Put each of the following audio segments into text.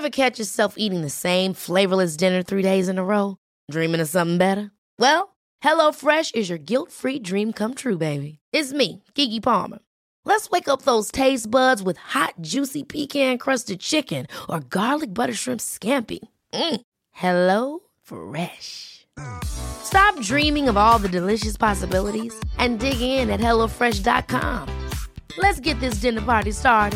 Ever catch yourself eating the same flavorless dinner 3 days in a row? Dreaming of something better? Well, HelloFresh is your guilt-free dream come true, baby. It's me, Keke Palmer. Let's wake up those taste buds with hot, juicy pecan-crusted chicken or garlic butter shrimp scampi. Hello Fresh. Stop dreaming of all the delicious possibilities and dig in at HelloFresh.com. Let's get this dinner party started.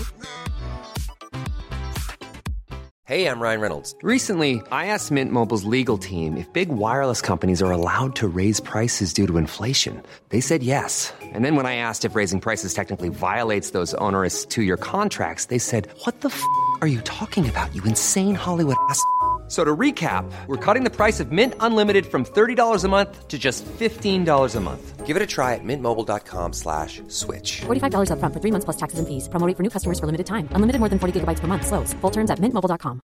Hey, I'm Ryan Reynolds. Recently, I asked Mint Mobile's legal team if big wireless companies are allowed to raise prices due to inflation. They said yes. And then when I asked if raising prices technically violates those onerous two-year contracts, they said, "What the f*** are you talking about, you insane Hollywood ass?" So to recap, we're cutting the price of Mint Unlimited from $30 a month to just $15 a month. Give it a try at mintmobile.com/switch. $45 up front for 3 months plus taxes and fees. Promo rate for new customers for limited time. Unlimited more than 40 gigabytes per month. Slows full terms at mintmobile.com.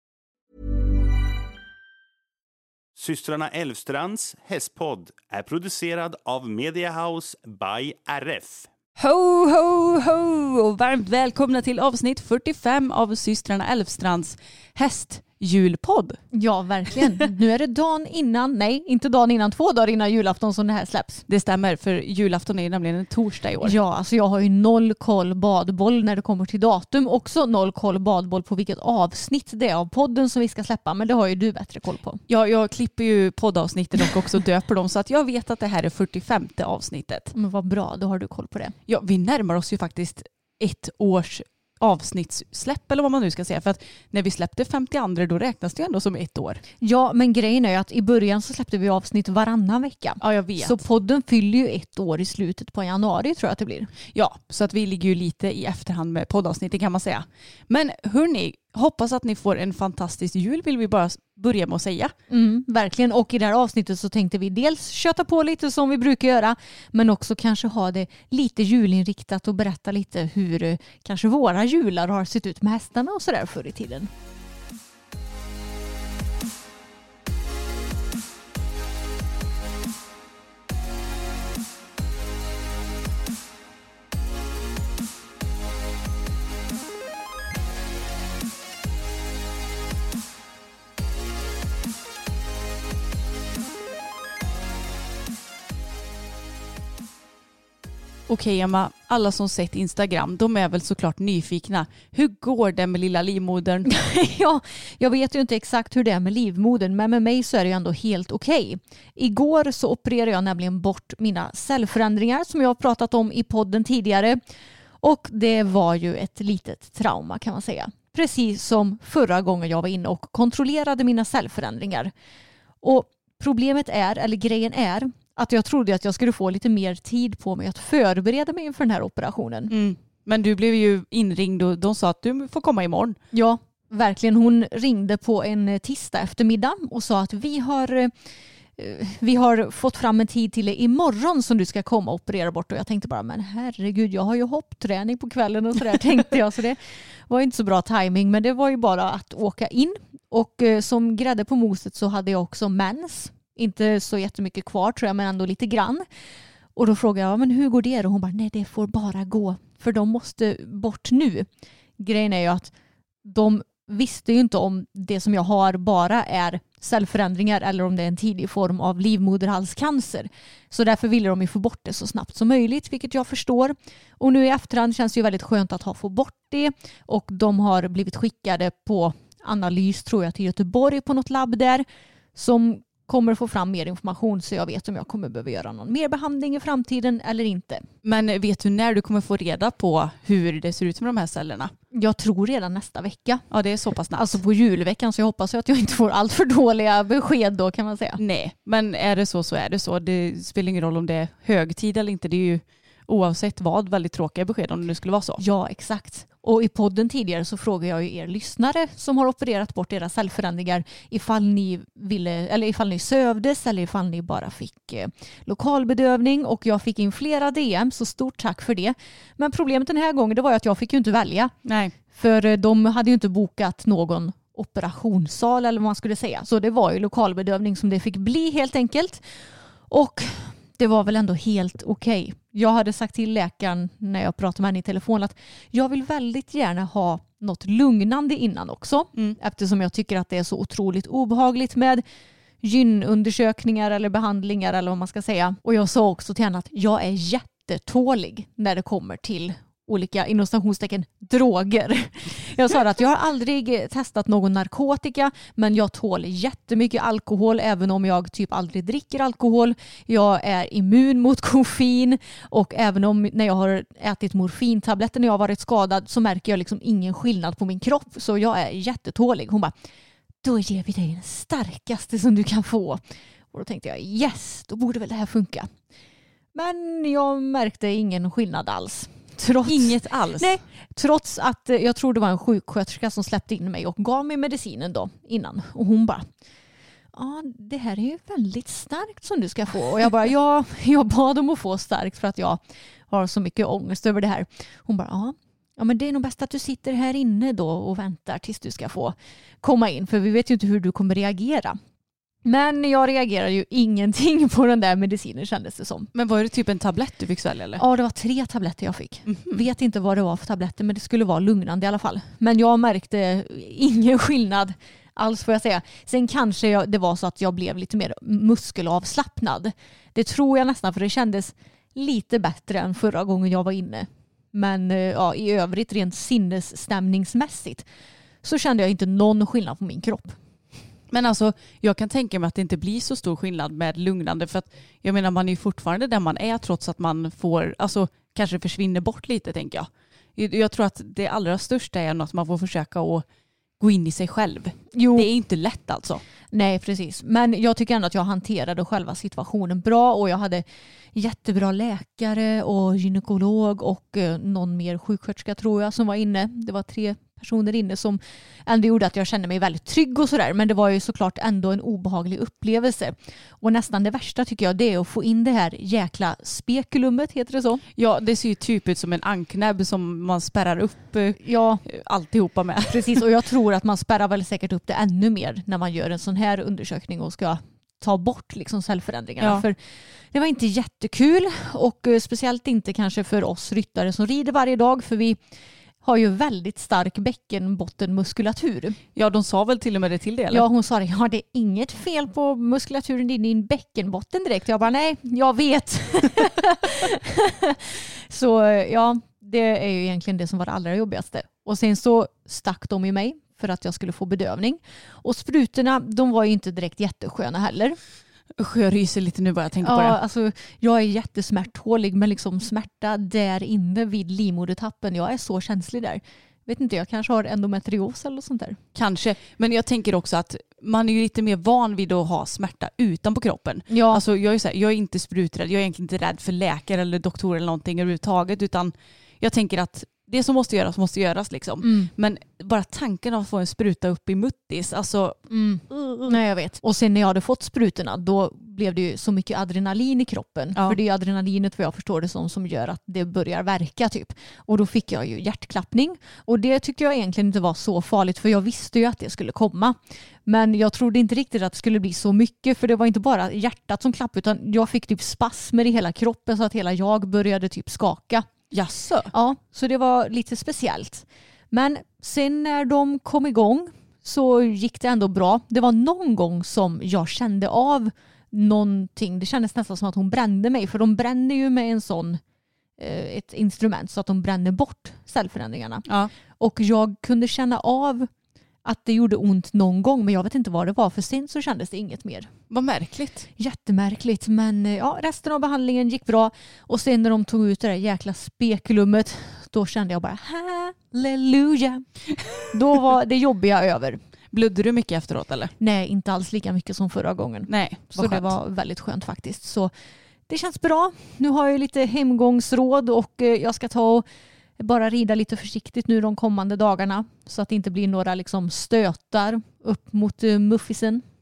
Systrarna Elfstrands hästpodd är producerad av Media House by RF. Ho, ho, ho! Och varmt välkomna till avsnitt 45 av Systrarna Elfstrands hästjulpodd. Ja, verkligen. Nu är det dagen innan, nej, inte dagen innan, 2 dagar innan julafton som det här släpps. Det stämmer, för julafton är nämligen en torsdag i år. Ja, alltså jag har ju 0 koll badboll när det kommer till datum. Också 0 koll badboll på vilket avsnitt det är av podden som vi ska släppa. Men det har ju du bättre koll på. Ja, jag klipper ju poddavsnitten och också döper dem så att jag vet att det här är 45:e avsnittet. Men vad bra, då har du koll på det. Ja, vi närmar oss ju faktiskt 1 års avsnittssläpp eller vad man nu ska säga, för att när vi släppte 52 då räknas det ändå som 1 år. Ja, men grejen är ju att i början så släppte vi avsnitt varannan vecka. Ja, jag vet. Så podden fyller ju 1 år i slutet på januari, tror jag att det blir. Ja, så att vi ligger ju lite i efterhand med poddavsnittet kan man säga. Men hörni, hoppas att ni får en fantastisk jul, vill vi bara börja med att säga. Verkligen, och i det här avsnittet så tänkte vi dels köta på lite som vi brukar göra, men också kanske ha det lite julinriktat och berätta lite hur kanske våra jular har sett ut med hästarna och sådär förr i tiden. Okej, Emma, alla som sett Instagram, de är väl såklart nyfikna. Hur går det med lilla livmodern? Ja, jag vet ju inte exakt hur det är med livmodern, men med mig så är det ju ändå helt okej. Igår så opererade jag nämligen bort mina cellförändringar som jag har pratat om i podden tidigare. Och det var ju ett litet trauma kan man säga. Precis som förra gången jag var inne och kontrollerade mina cellförändringar. Och problemet är, eller grejen är, att jag trodde att jag skulle få lite mer tid på mig att förbereda mig inför den här operationen. Men du blev ju inringd och de sa att du får komma imorgon. Ja, verkligen. Hon ringde på en tisdag eftermiddag och sa att vi har fått fram en tid till imorgon som du ska komma och operera bort. Och jag tänkte bara, men herregud, jag har ju hoppträning på kvällen och sådär tänkte jag. Så det var inte så bra timing, men det var ju bara att åka in. Och som grädde på moset så hade jag också mens. Inte så jättemycket kvar tror jag, men ändå lite grann. Och då frågade jag, men hur går det? Och hon bara, nej det får bara gå. För de måste bort nu. Grejen är ju att de visste ju inte om det som jag har bara är cellförändringar eller om det är en tidig form av livmoderhalscancer. Så därför ville de ju få bort det så snabbt som möjligt, vilket jag förstår. Och nu i efterhand känns det ju väldigt skönt att få bort det. Och de har blivit skickade på analys tror jag till Göteborg på något labb där som kommer få fram mer information så jag vet om jag kommer behöva göra någon mer behandling i framtiden eller inte. Men vet du när du kommer få reda på hur det ser ut med de här cellerna? Jag tror redan nästa vecka. Ja, det är så pass snabbt. Alltså på julveckan, så jag hoppas att jag inte får allt för dåliga besked då kan man säga. Nej, men är det så är det så. Det spelar ingen roll om det är högtid eller inte. Det är ju oavsett vad väldigt tråkiga besked om det skulle vara så. Ja, exakt. Och i podden tidigare så frågar jag ju er lyssnare som har opererat bort era cellförändringar ifall ni ville, eller ifall ni sövdes eller ifall ni bara fick lokalbedövning, och jag fick in flera DM, så stort tack för det. Men problemet den här gången det var ju att jag fick ju inte välja. Nej. För de hade ju inte bokat någon operationssal eller vad man skulle säga. Så det var ju lokalbedövning som det fick bli helt enkelt. Och det var väl ändå helt okej. Jag hade sagt till läkaren när jag pratade med henne i telefon att jag vill väldigt gärna ha något lugnande innan också. Eftersom jag tycker att det är så otroligt obehagligt med gynundersökningar eller behandlingar eller vad man ska säga. Och jag sa också till henne att jag är jättetålig när det kommer till olika inom stationstecken droger. Jag sa att jag har aldrig testat någon narkotika, men jag tål jättemycket alkohol även om jag typ aldrig dricker alkohol. Jag är immun mot koffein och även om när jag har ätit morfintabletter när jag har varit skadad så märker jag liksom ingen skillnad på min kropp, så jag är jättetålig. Hon bara, då ger vi dig den starkaste som du kan få. Och då tänkte jag, yes, då borde väl det här funka. Men jag märkte ingen skillnad alls. Inget alls? Nej, trots att jag tror det var en sjuksköterska som släppte in mig och gav mig medicinen då innan. Och hon bara, ja, det här är ju väldigt starkt som du ska få. Och jag bara, ja, jag bad om att få starkt för att jag har så mycket ångest över det här. Hon bara, ja, men det är nog bäst att du sitter här inne då och väntar tills du ska få komma in. För vi vet ju inte hur du kommer reagera. Men jag reagerade ju ingenting på den där medicinen, kändes det som. Men var det typ en tablett du fick svälja eller? Ja, det var 3 tabletter jag fick. Vet inte vad det var för tabletter, men det skulle vara lugnande i alla fall. Men jag märkte ingen skillnad alls, får jag säga. Sen kanske det var så att jag blev lite mer muskelavslappnad. Det tror jag nästan, för det kändes lite bättre än förra gången jag var inne. Men ja, i övrigt rent sinnesstämningsmässigt så kände jag inte någon skillnad på min kropp. Men alltså, jag kan tänka mig att det inte blir så stor skillnad med lugnande, för att jag menar, man är ju fortfarande där man är trots att man får, alltså kanske försvinner bort lite, tänker jag. Jag tror att det allra största är att man får försöka att gå in i sig själv. Jo. Det är inte lätt alltså. Nej, precis. Men jag tycker ändå att jag hanterade själva situationen bra och jag hade jättebra läkare och gynekolog och någon mer sjuksköterska tror jag som var inne. Det var 3 personer inne som ändå gjorde att jag kände mig väldigt trygg och sådär. Men det var ju såklart ändå en obehaglig upplevelse. Och nästan det värsta tycker jag, det är att få in det här jäkla spekulumet, heter det så? Ja, det ser ju typ ut som en anknäbb som man spärrar upp alltihopa med. Precis, och jag tror att man spärrar väl säkert upp det ännu mer när man gör en sån här undersökning och ska ta bort liksom cellförändringarna. Ja. För det var inte jättekul och speciellt inte kanske för oss ryttare som rider varje dag, för vi har ju väldigt stark bäckenbottenmuskulatur. Ja, de sa väl till och med det till det, eller? Ja, hon sa det. Ja, det är inget fel på muskulaturen i din bäckenbotten direkt. Jag bara, nej, jag vet. Så ja, det är ju egentligen det som var det allra jobbigaste. Och sen så stack de i mig för att jag skulle få bedövning. Och sprutorna, de var ju inte direkt jättesköna heller. Jag ryser lite nu bara jag tänker på det. Alltså, jag är jättesmärthålig, men liksom smärta där inne vid livmodertappen, jag är så känslig där. Vet inte, jag kanske har endometrios eller sånt där. Kanske, men jag tänker också att man är ju lite mer van vid att ha smärta utanpå kroppen. Ja. Alltså, jag är inte spruträdd, jag är egentligen inte rädd för läkare eller doktor eller någonting överhuvudtaget, utan jag tänker att det som måste göras liksom. Men bara tanken av att få en spruta upp i muttis, alltså... Nej, jag vet. Och sen när jag hade fått sprutorna, då blev det ju så mycket adrenalin i kroppen. Ja. För det är adrenalinet, vad jag förstår det som gör att det börjar verka typ. Och då fick jag ju hjärtklappning. Och det tyckte jag egentligen inte var så farligt, för jag visste ju att det skulle komma. Men jag trodde inte riktigt att det skulle bli så mycket, för det var inte bara hjärtat som klappade, utan jag fick typ spasmer i hela kroppen så att hela jag började typ skaka. Jaså? Ja, så det var lite speciellt. Men sen när de kom igång så gick det ändå bra. Det var någon gång som jag kände av någonting. Det kändes nästan som att hon brände mig, för de brände ju med en sån ett instrument så att de bränner bort cellförändringarna. Ja. Och jag kunde känna av att det gjorde ont någon gång, men jag vet inte vad det var, för sen så kändes det inget mer. Vad märkligt. Jättemärkligt, men ja, resten av behandlingen gick bra. Och sen när de tog ut det där jäkla spekulummet, då kände jag bara halleluja. Då var det jobbiga över. Blödde du mycket efteråt eller? Nej, inte alls lika mycket som förra gången. Nej, så skönt. Det var väldigt skönt faktiskt. Så det känns bra. Nu har jag lite hemgångsråd och jag ska ta och bara rida lite försiktigt nu de kommande dagarna så att det inte blir några liksom stötar upp mot muffisen.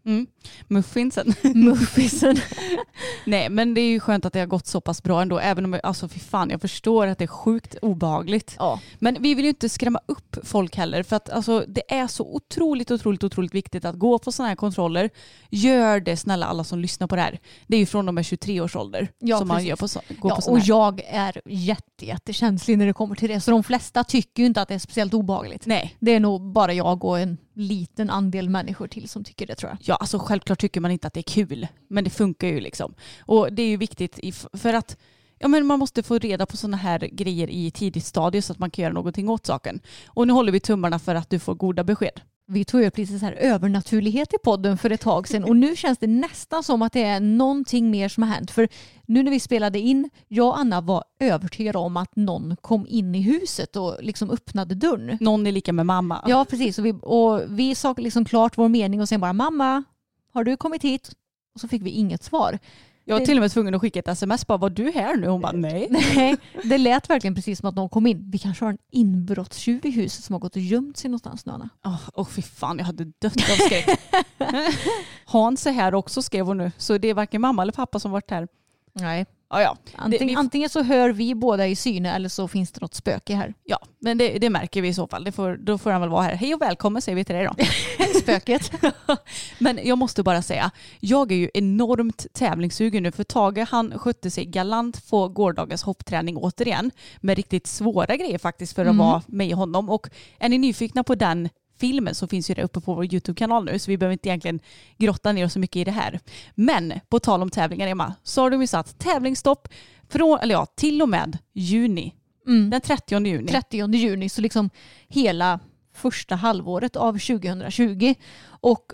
Muffinsen. Muffinsen. Nej, men det är ju skönt att det har gått så pass bra ändå. Även om alltså fy fan, jag förstår att det är sjukt obehagligt. Ja. Men vi vill ju inte skrämma upp folk heller. För att alltså, det är så otroligt viktigt att gå på sådana här kontroller. Gör det snälla alla som lyssnar på det här. Det är ju från och med 23 års ålder som man gör på går på sådana här. Och jag är jättekänslig när det kommer till det. Så de flesta tycker ju inte att det är speciellt obehagligt. Nej. Det är nog bara jag och en liten andel människor till som tycker det, tror jag. Ja, alltså självklart tycker man inte att det är kul. Men det funkar ju liksom. Och det är ju viktigt för att men man måste få reda på sådana här grejer i tidigt stadie så att man kan göra någonting åt saken. Och nu håller vi tummarna för att du får goda besked. Vi tog ju precis så här övernaturlighet i podden för ett tag sedan och nu känns det nästan som att det är någonting mer som har hänt. För nu när vi spelade in, jag och Anna var övertygade om att någon kom in i huset och liksom öppnade dörren. Någon är lika med mamma. Ja, precis. Och vi sa liksom klart vår mening och sen bara, mamma, har du kommit hit? Och så fick vi inget svar. Jag var till och med tvungen att skicka ett sms. Bara, var du här nu? Hon bara, nej. Nej, det lät verkligen precis som att någon kom in. Vi kanske har en inbrottstjuv i huset som har gått och gömt sig någonstans nu, Anna. Fy fan, jag hade dött av skräck. Hans är här också, skrev hon nu. Så det är varken mamma eller pappa som varit här. Nej. Ja. Antingen så hör vi båda i syne eller så finns det något spöke här. Ja, men det märker vi i så fall. Då får han väl vara här. Hej och välkommen säger vi till dig då. Hej spöket. Men jag måste bara säga, jag är ju enormt tävlingssugen nu. För Tage, han skötte sig galant på gårdagens hoppträning återigen. Med riktigt svåra grejer faktiskt för att vara med honom. Och är ni nyfikna på den filmen så finns ju det uppe på vår YouTube-kanal nu, så vi behöver inte egentligen grotta ner oss så mycket i det här. Men på tal om tävlingar, Emma, så har de ju satt tävlingsstopp till och med juni. Den 30 juni. 30 juni, så liksom hela första halvåret av 2020. Och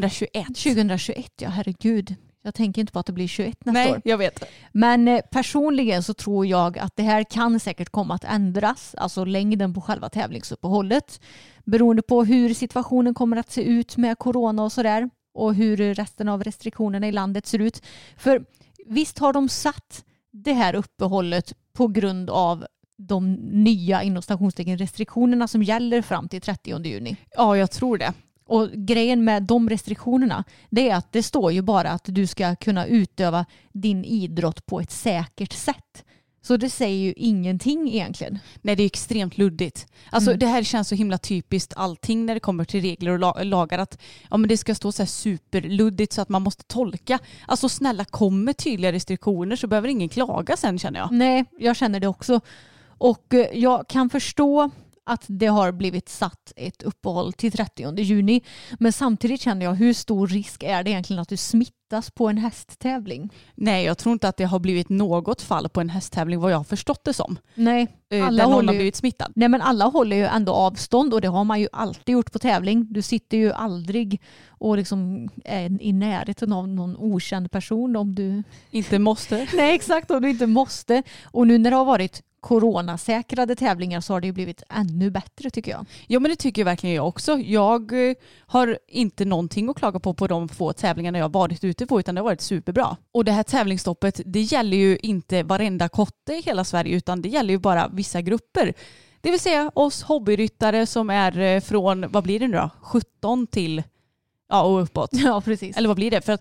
2021, ja herregud. Jag tänker inte på att det blir 21 nästa år. Nej, jag vet. Men personligen så tror jag att det här kan säkert komma att ändras. Alltså längden på själva tävlingsuppehållet. Beroende på hur situationen kommer att se ut med corona och sådär. Och hur resten av restriktionerna i landet ser ut. För visst har de satt det här uppehållet på grund av de nya inom stationstecken restriktionerna som gäller fram till 30 juni. Ja, jag tror det. Och grejen med de restriktionerna, det är att det står ju bara att du ska kunna utöva din idrott på ett säkert sätt. Så det säger ju ingenting egentligen. Nej, det är extremt luddigt. Alltså det här känns så himla typiskt allting när det kommer till regler och lagar. Att men det ska stå så här superluddigt så att man måste tolka. Alltså snälla, kom med tydliga restriktioner så behöver ingen klaga sen, känner jag. Nej, jag känner det också. Och jag kan förstå att det har blivit satt ett uppehåll till 30 juni. Men samtidigt känner jag, hur stor risk är det egentligen att du smittas på en hästtävling? Nej, jag tror inte att det har blivit något fall på en hästtävling vad jag har förstått det som. Nej, alla har blivit smittad. Nej, men alla håller ju ändå avstånd och det har man ju alltid gjort på tävling. Du sitter ju aldrig och liksom är i närheten av någon okänd person om du inte måste. Nej, exakt, om du inte måste. Och nu när det har varit coronasäkrade tävlingar så har det ju blivit ännu bättre, tycker jag. Ja, men det tycker verkligen jag också. Jag har inte någonting att klaga på de få tävlingarna jag har varit ute på, utan det har varit superbra. Och det här tävlingsstoppet, det gäller ju inte varenda kotte i hela Sverige, utan det gäller ju bara vissa grupper. Det vill säga oss hobbyryttare som är från, vad blir det nu då? 17 till och uppåt. Ja, precis. Eller vad blir det? För att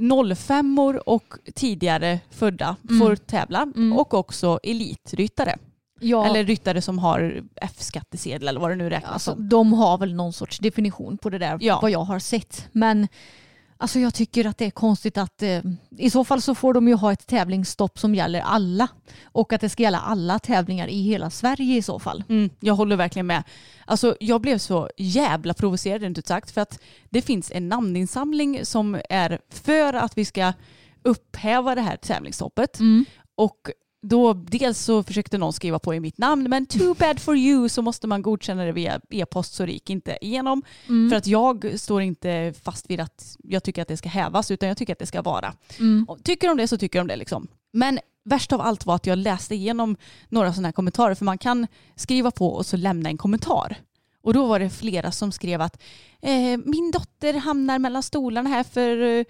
05-or och tidigare födda får tävla. Och också elitryttare. Ja. Eller ryttare som har F-skattesedel eller vad det nu räknas som. De har väl någon sorts definition på det där, vad jag har sett. Men alltså, jag tycker att det är konstigt att i så fall så får de ju ha ett tävlingsstopp som gäller alla. Och att det ska gälla alla tävlingar i hela Sverige i så fall. Jag håller verkligen med. Alltså, jag blev så jävla provocerad, inte sagt, för att det finns en namninsamling som är för att vi ska upphäva det här tävlingsstoppet. Och då dels så försökte någon skriva på i mitt namn, men too bad for you, så måste man godkänna det via e-post, så det gick inte igenom. För att jag står inte fast vid att jag tycker att det ska hävas, utan jag tycker att det ska vara. Och tycker de det så tycker de det liksom. Men värst av allt var att jag läste igenom några sådana här kommentarer, för man kan skriva på och så lämna en kommentar. Och då var det flera som skrev att min dotter hamnar mellan stolarna här för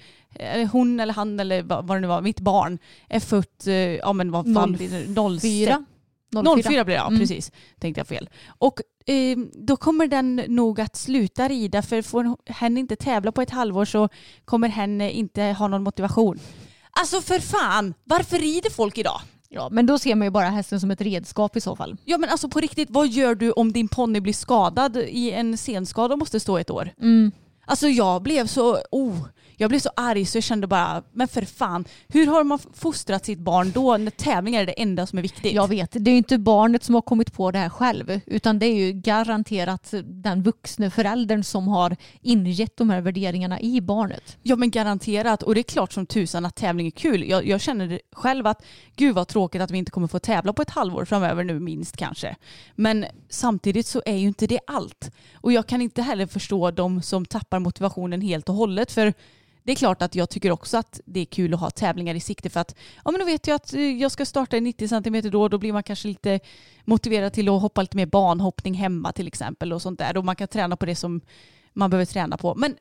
hon eller han eller vad det nu var, mitt barn är fött, vad fan blir det? 04. 04 blir det, precis. Tänkte jag fel. Och då kommer den nog att sluta rida, för får hen inte tävla på ett halvår så kommer hen inte ha någon motivation. Alltså för fan, varför rider folk idag? Ja, men då ser man ju bara hästen som ett redskap i så fall. Ja, men alltså på riktigt, vad gör du om din ponny blir skadad i en senskada och måste stå ett år? Alltså jag blev så arg så jag kände bara, men för fan, hur har man fostrat sitt barn då när tävlingar är det enda som är viktigt? Jag vet, det är ju inte barnet som har kommit på det här själv, utan det är ju garanterat den vuxna föräldern som har ingett de här värderingarna i barnet. Ja, men garanterat, och det är klart som tusan att tävling är kul. Jag känner själv att gud vad tråkigt att vi inte kommer få tävla på ett halvår framöver nu minst kanske. Men samtidigt så är ju inte det allt. Och jag kan inte heller förstå de som tappar motivationen helt och hållet, för det är klart att jag tycker också att det är kul att ha tävlingar i sikte, för att ja, men då vet jag att jag ska starta i 90 cm då blir man kanske lite motiverad till att hoppa lite mer banhoppning hemma till exempel och sånt där. Och man kan träna på det som man behöver träna på. Men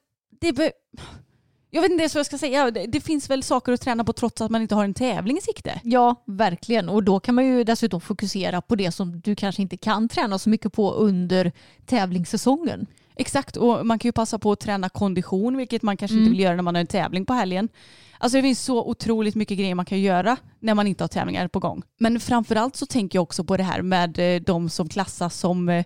jag vet inte ens vad jag ska säga. Det finns väl saker att träna på trots att man inte har en tävling i sikte. Ja, verkligen. Och då kan man ju dessutom fokusera på det som du kanske inte kan träna så mycket på under tävlingssäsongen. Exakt, och man kan ju passa på att träna kondition, vilket man kanske inte vill göra när man har en tävling på helgen. Alltså det finns så otroligt mycket grejer man kan göra när man inte har tävlingar på gång. Men framförallt så tänker jag också på det här med de som klassas som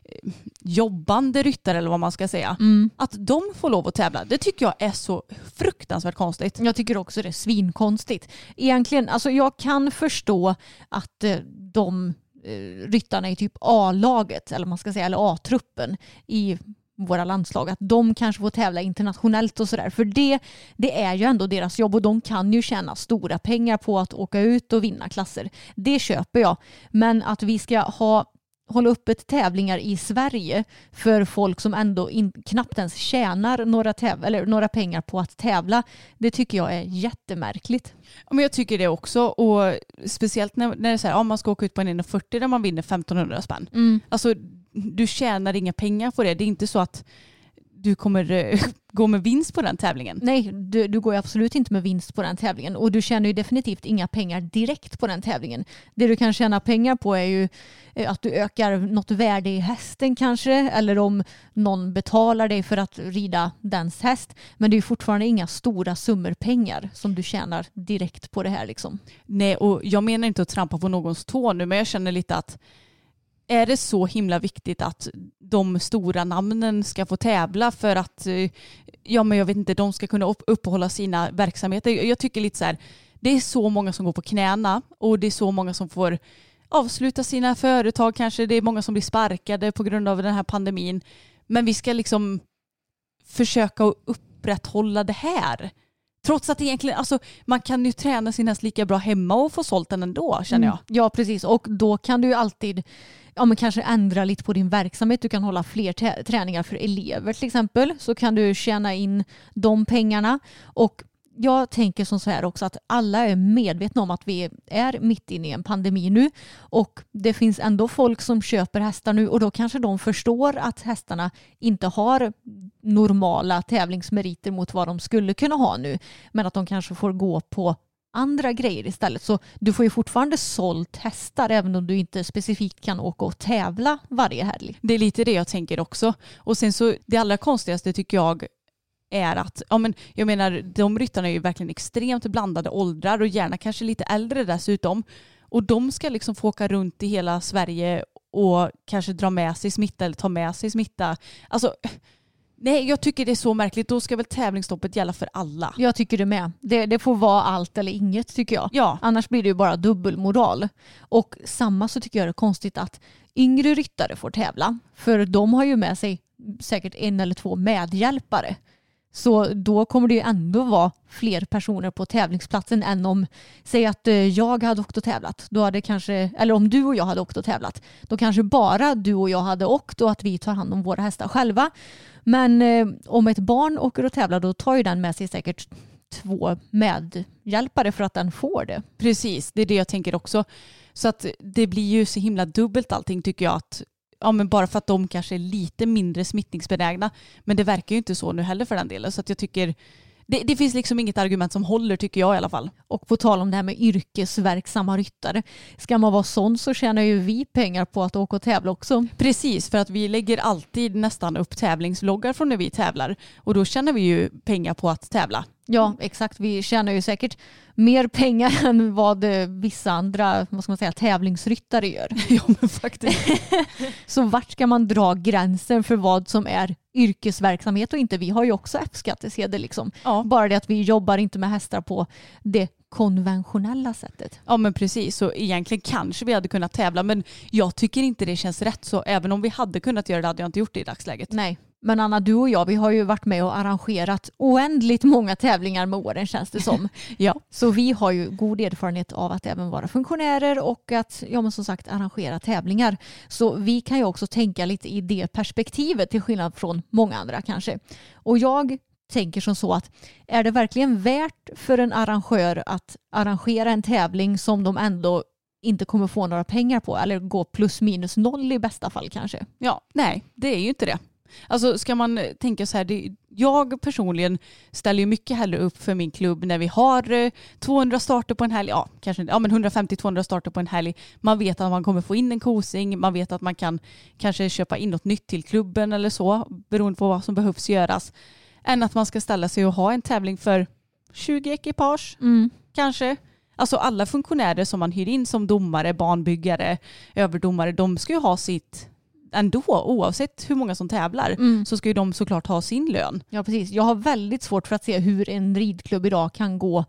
jobbande ryttare eller vad man ska säga. Att de får lov att tävla, det tycker jag är så fruktansvärt konstigt. Jag tycker också det är svinkonstigt. Egentligen, alltså jag kan förstå att de ryttarna i typ A-laget, eller man ska säga, eller A-truppen i våra landslag, att de kanske får tävla internationellt och sådär. För det är ju ändå deras jobb och de kan ju tjäna stora pengar på att åka ut och vinna klasser. Det köper jag. Men att vi ska hålla upp ett tävlingar i Sverige för folk som ändå knappt ens tjänar några pengar på att tävla, det tycker jag är jättemärkligt. Men jag tycker det också, och speciellt när det är så här, man ska åka ut på en 140 där man vinner 1500 spänn. Alltså du tjänar inga pengar på det. Det är inte så att du kommer gå med vinst på den tävlingen. Nej, du går ju absolut inte med vinst på den tävlingen. Och du tjänar ju definitivt inga pengar direkt på den tävlingen. Det du kan tjäna pengar på är ju att du ökar något värde i hästen kanske. Eller om någon betalar dig för att rida dens häst. Men det är ju fortfarande inga stora summor pengar som du tjänar direkt på det här liksom. Nej, och jag menar inte att trampa på någons tå nu. Men jag känner lite att är det så himla viktigt att de stora namnen ska få tävla för att men jag vet inte, de ska kunna uppehålla sina verksamheter? Jag tycker lite så här, det är så många som går på knäna och det är så många som får avsluta sina företag kanske. Det är många som blir sparkade på grund av den här pandemin. Men vi ska liksom försöka upprätthålla det här. Trots att egentligen, alltså, man kan ju träna sin häst lika bra hemma och få sålt den ändå, känner jag. Ja, precis. Och då kan du ju alltid kanske ändra lite på din verksamhet. Du kan hålla fler träningar för elever till exempel. Så kan du tjäna in de pengarna. Och jag tänker som så här också att alla är medvetna om att vi är mitt inne i en pandemi nu. Och det finns ändå folk som köper hästar nu och då kanske de förstår att hästarna inte har normala tävlingsmeriter mot vad de skulle kunna ha nu. Men att de kanske får gå på andra grejer istället. Så du får ju fortfarande sålt hästar även om du inte specifikt kan åka och tävla varje helg. Det är lite det jag tänker också. Och sen så det allra konstigaste tycker jag är att, jag menar, de ryttarna är ju verkligen extremt blandade åldrar och gärna kanske lite äldre dessutom. Och de ska liksom få åka runt i hela Sverige och kanske dra med sig smitta eller ta med sig smitta. Alltså, nej, jag tycker det är så märkligt. Då ska väl tävlingsstoppet gälla för alla. Jag tycker det med. Det får vara allt eller inget tycker jag. Ja. Annars blir det ju bara dubbelmoral. Och samma så tycker jag det är konstigt att yngre ryttare får tävla. För de har ju med sig säkert 1 eller 2 medhjälpare. Så då kommer det ju ändå vara fler personer på tävlingsplatsen än om, säg att jag hade åkt och tävlat. Då hade kanske, eller om du och jag hade åkt och tävlat. Då kanske bara du och jag hade åkt och att vi tar hand om våra hästar själva. Men om ett barn åker och tävlar då tar ju den med sig säkert 2 medhjälpare för att den får det. Precis, det är det jag tänker också. Så att det blir ju så himla dubbelt allting tycker jag att men bara för att de kanske är lite mindre smittningsbenägna. Men det verkar ju inte så nu heller för den delen. Så att jag tycker Det finns liksom inget argument som håller, tycker jag i alla fall. Och på tal om det här med yrkesverksamma ryttare. Ska man vara sån så tjänar ju vi pengar på att åka och tävla också. Precis, för att vi lägger alltid nästan upp tävlingsloggar från när vi tävlar. Och då tjänar vi ju pengar på att tävla. Ja, exakt. Vi tjänar ju säkert mer pengar än vad vissa andra, vad ska man säga, tävlingsryttare gör. Ja, men faktiskt. Så vart ska man dra gränsen för vad som är yrkesverksamhet och inte? Vi har ju också F-skattesedel liksom. Ja. Bara det att vi jobbar inte med hästar på det konventionella sättet. Ja, men precis. Så egentligen kanske vi hade kunnat tävla, men jag tycker inte det känns rätt. Så även om vi hade kunnat göra det hade jag inte gjort det i dagsläget. Nej. Men Anna, du och jag, vi har ju varit med och arrangerat oändligt många tävlingar med åren, känns det som. Ja. Så vi har ju god erfarenhet av att även vara funktionärer och att, ja men som sagt, arrangera tävlingar. Så vi kan ju också tänka lite i det perspektivet till skillnad från många andra kanske. Och jag tänker som så att är det verkligen värt för en arrangör att arrangera en tävling som de ändå inte kommer få några pengar på eller gå plus minus noll i bästa fall kanske? Ja, nej, det är ju inte det. Alltså ska man tänka så här, jag personligen ställer ju mycket hellre upp för min klubb när vi har 200 starter på en helg, men 150-200 starter på en helg. Man vet att man kommer få in en kosing, man vet att man kan kanske köpa in något nytt till klubben eller så, beroende på vad som behövs göras, än att man ska ställa sig och ha en tävling för 20 ekipage kanske. Alltså alla funktionärer som man hyr in som domare, banbyggare, överdomare, de ska ju ha sitt ändå, oavsett hur många som tävlar, så ska ju de såklart ha sin lön. Ja, precis. Jag har väldigt svårt för att se hur en ridklubb idag kan gå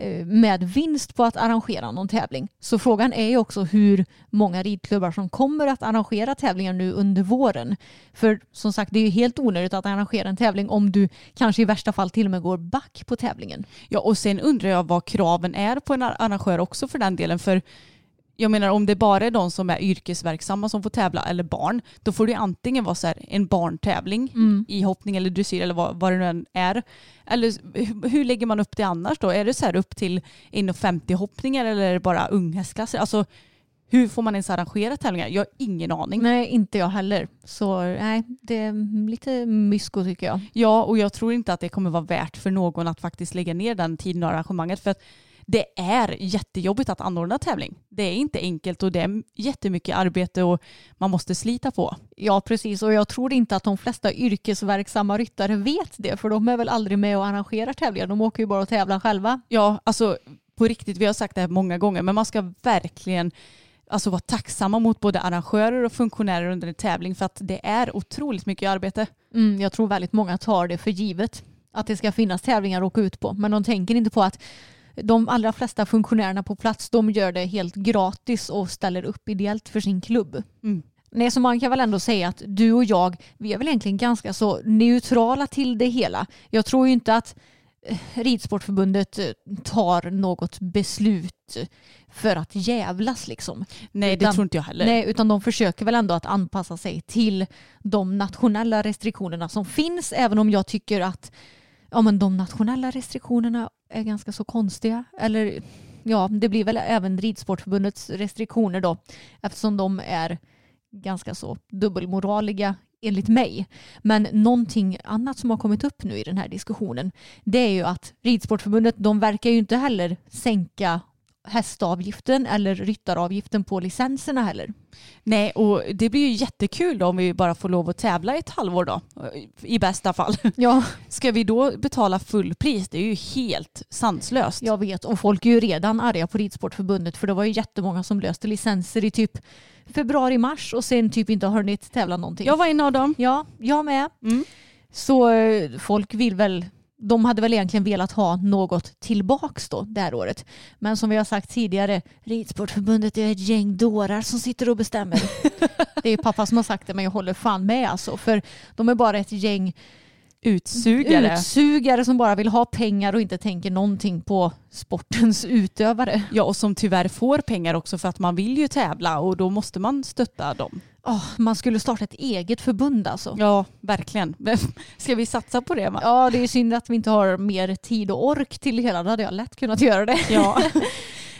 med vinst på att arrangera någon tävling. Så frågan är ju också hur många ridklubbar som kommer att arrangera tävlingar nu under våren. För som sagt, det är ju helt onödigt att arrangera en tävling om du kanske i värsta fall till och med går back på tävlingen. Ja, och sen undrar jag vad kraven är på en arrangör också för den delen, för jag menar om det bara är de som är yrkesverksamma som får tävla eller barn, då får det antingen vara så här en barntävling i hoppning eller dressyr eller vad det nu än är. Eller hur lägger man upp det annars då? Är det så här upp till 1,50 hoppningar eller är det bara unghästklasser? Alltså hur får man ens arrangera tävlingar? Jag har ingen aning. Nej, inte jag heller. Så nej, det är lite mysko tycker jag. Ja, och jag tror inte att det kommer vara värt för någon att faktiskt lägga ner den tiden och arrangemanget, för att det är jättejobbigt att anordna tävling. Det är inte enkelt och det är jättemycket arbete och man måste slita på. Ja, precis. Och jag tror inte att de flesta yrkesverksamma ryttare vet det, för de är väl aldrig med och arrangerar tävlingar. De åker ju bara och tävlar själva. Ja, alltså på riktigt, vi har sagt det här många gånger, men man ska verkligen vara tacksamma mot både arrangörer och funktionärer under en tävling, för att det är otroligt mycket arbete. Jag tror väldigt många tar det för givet att det ska finnas tävlingar att åka ut på, men de tänker inte på att de allra flesta funktionärerna på plats, de gör det helt gratis och ställer upp ideellt för sin klubb. Nej, så man kan väl ändå säga att du och jag, vi är väl egentligen ganska så neutrala till det hela. Jag tror ju inte att Ridsportförbundet tar något beslut för att jävlas liksom. Nej, det tror inte jag heller. Nej, utan de försöker väl ändå att anpassa sig till de nationella restriktionerna som finns, även om jag tycker att men de nationella restriktionerna är ganska så konstiga. Eller ja, det blir väl även Ridsportförbundets restriktioner då, eftersom de är ganska så dubbelmoraliga enligt mig. Men någonting annat som har kommit upp nu i den här diskussionen, det är ju att Ridsportförbundet, de verkar ju inte heller sänka hästavgiften eller ryttaravgiften på licenserna heller. Nej, och det blir ju jättekul då om vi bara får lov att tävla i ett halvår då, i bästa fall. Ja. Ska vi då betala full pris? Det är ju helt sanslöst. Jag vet, och folk är ju redan arga på Ridsportförbundet, för det var ju jättemånga som löste licenser i typ februari-mars och sen typ inte har hunnit tävla någonting. Jag var en av dem. Ja, jag med. Så folk vill väl, de hade väl egentligen velat ha något tillbaks då det här året. Men som vi har sagt tidigare, Ridsportförbundet är ett gäng dårar som sitter och bestämmer. Det är ju pappa som har sagt det, men jag håller fan med alltså. För de är bara ett gäng utsugare som bara vill ha pengar och inte tänker någonting på sportens utövare. Ja, och som tyvärr får pengar också för att man vill ju tävla och då måste man stötta dem. Man skulle starta ett eget förbund alltså. Ja, verkligen. Ska vi satsa på det? Va? Ja, det är synd att vi inte har mer tid och ork till det hela. Då hade jag lätt kunnat göra det. Ja.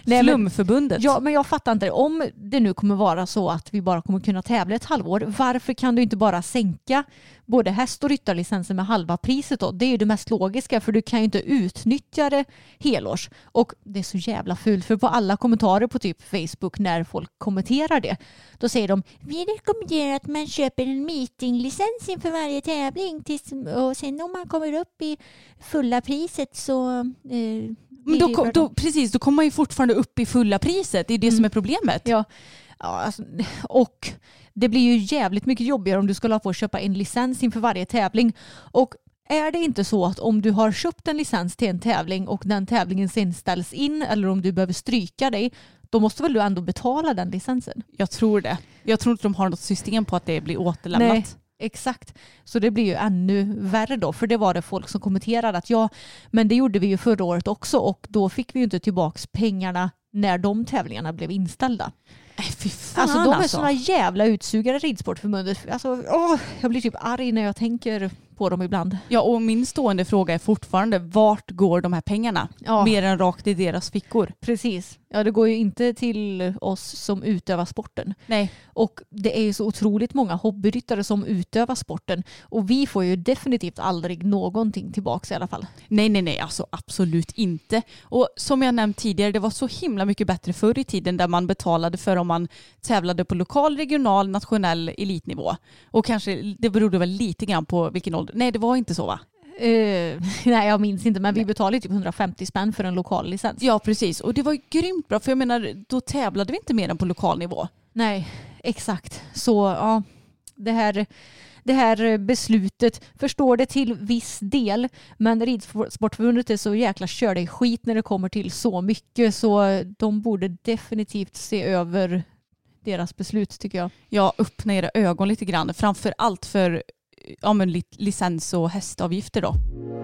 Flumförbundet. Ja, men jag fattar inte. Om det nu kommer vara så att vi bara kommer kunna tävla ett halvår, varför kan du inte bara sänka både häst- och ryttarlicensen med halva priset då? Det är ju det mest logiska, för du kan ju inte utnyttja det helårs. Och det är så jävla fult, för på alla kommentarer på typ Facebook när folk kommenterar det, då säger de: vi rekommenderar att man köper en meetinglicens inför varje tävling och sen om man kommer upp i fulla priset så... Men då kommer man ju fortfarande upp i fulla priset. Det är det som är problemet. Ja, alltså, och det blir ju jävligt mycket jobbigare om du ska få köpa en licens inför varje tävling. Och är det inte så att om du har köpt en licens till en tävling och den tävlingen sen ställs in, eller om du behöver stryka dig, då måste väl du ändå betala den licensen? Jag tror det. Jag tror inte de har något system på att det blir återlämnat. Nej. Exakt. Så det blir ju ännu värre då. För det var det folk som kommenterade att ja, men det gjorde vi ju förra året också, och då fick vi ju inte tillbaka pengarna när de tävlingarna blev inställda. Fy fan, alltså de är såna jävla utsugare, Ridsportförbundet. Alltså, jag blir typ arg när jag tänker på dem ibland. Ja, och min stående fråga är fortfarande, vart går de här pengarna? Ja. Mer än rakt i deras fickor. Precis. Ja, det går ju inte till oss som utövar sporten. Nej. Och det är ju så otroligt många hobbyryttare som utövar sporten. Och vi får ju definitivt aldrig någonting tillbaka i alla fall. Nej, alltså absolut inte. Och som jag nämnt tidigare, det var så himla mycket bättre förr i tiden där man betalade för om man tävlade på lokal, regional, nationell elitnivå. Och kanske, det berodde väl lite grann på vilken ålder. Nej, det var inte så, va? Nej, jag minns inte, men vi betalade typ 150 spänn för en lokal licens. Ja, precis. Och det var grymt bra, för jag menar, då tävlade vi inte mer än på lokal nivå. Nej, exakt. Så ja, det här beslutet förstår det till viss del, men Ridsportförbundet är så jäkla körda i skit när det kommer till så mycket, så de borde definitivt se över deras beslut, tycker jag. Ja, öppna era ögon lite grann, framför allt för licens- och hästavgifter då.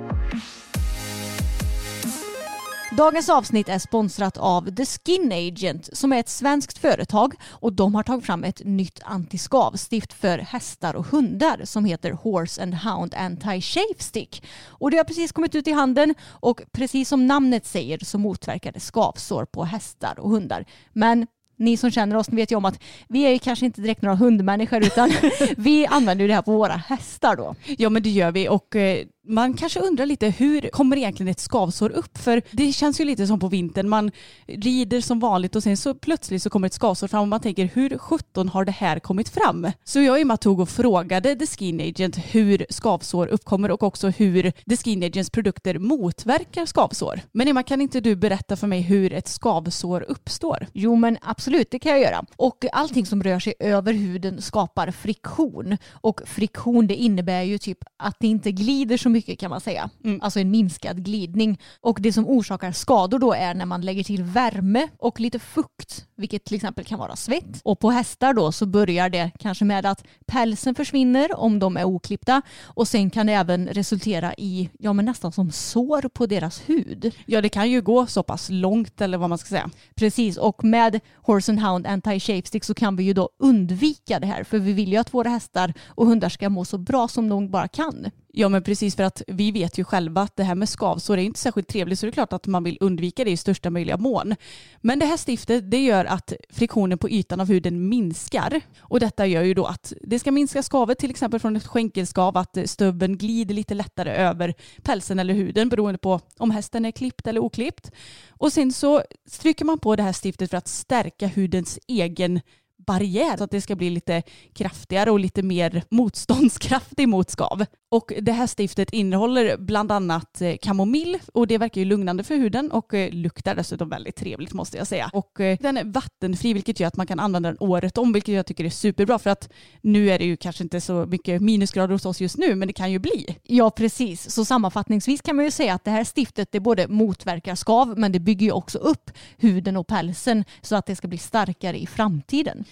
Dagens avsnitt är sponsrat av The Skin Agent, som är ett svenskt företag, och de har tagit fram ett nytt antiskavstift för hästar och hundar som heter Horse and Hound Anti-Shave Stick. Och det har precis kommit ut i handeln, och precis som namnet säger så motverkar det skavsår på hästar och hundar. Men ni som känner oss, ni vet ju om att vi är ju kanske inte direkt några hundmänniskor, utan vi använder ju det här på våra hästar då. Ja, men det gör vi, och man kanske undrar lite, hur kommer egentligen ett skavsår upp? För det känns ju lite som på vintern, man rider som vanligt och sen så plötsligt så kommer ett skavsår fram och man tänker, hur 17 har det här kommit fram? Så jag och Emma tog och frågade The Skin Agent hur skavsår uppkommer och också hur The Skin Agents produkter motverkar skavsår. Men Emma, kan inte du berätta för mig hur ett skavsår uppstår? Jo, men absolut, det kan jag göra. Och allting som rör sig över huden skapar friktion. Och friktion, det innebär ju typ att det inte glider så mycket, kan man säga. Alltså en minskad glidning. Och det som orsakar skador då är när man lägger till värme och lite fukt, vilket till exempel kan vara svett. Och på hästar då så börjar det kanske med att pälsen försvinner om de är oklippta, och sen kan det även resultera i nästan som sår på deras hud. Ja, det kan ju gå så pass långt, eller vad man ska säga. Precis, och med Horse and Hound Anti-Shave Stick så kan vi ju då undvika det här, för vi vill ju att våra hästar och hundar ska må så bra som de bara kan. Ja, men precis, för att vi vet ju själva att det här med skavsår är inte särskilt trevligt, så det är klart att man vill undvika det i största möjliga mån. Men det här stiftet, det gör att friktionen på ytan av huden minskar, och detta gör ju då att det ska minska skavet, till exempel från ett skänkelskav, att stubben glider lite lättare över pälsen eller huden beroende på om hästen är klippt eller oklippt. Och sen så stryker man på det här stiftet för att stärka hudens egen barriär, så att det ska bli lite kraftigare och lite mer motståndskraftig mot skav. Och det här stiftet innehåller bland annat kamomill, och det verkar ju lugnande för huden och luktar dessutom väldigt trevligt, måste jag säga. Och den är vattenfri, vilket gör att man kan använda den året om, vilket jag tycker är superbra, för att nu är det ju kanske inte så mycket minusgrader hos oss just nu, men det kan ju bli. Ja, precis. Så sammanfattningsvis kan man ju säga att det här stiftet, det både motverkar skav, men det bygger ju också upp huden och pälsen så att det ska bli starkare i framtiden.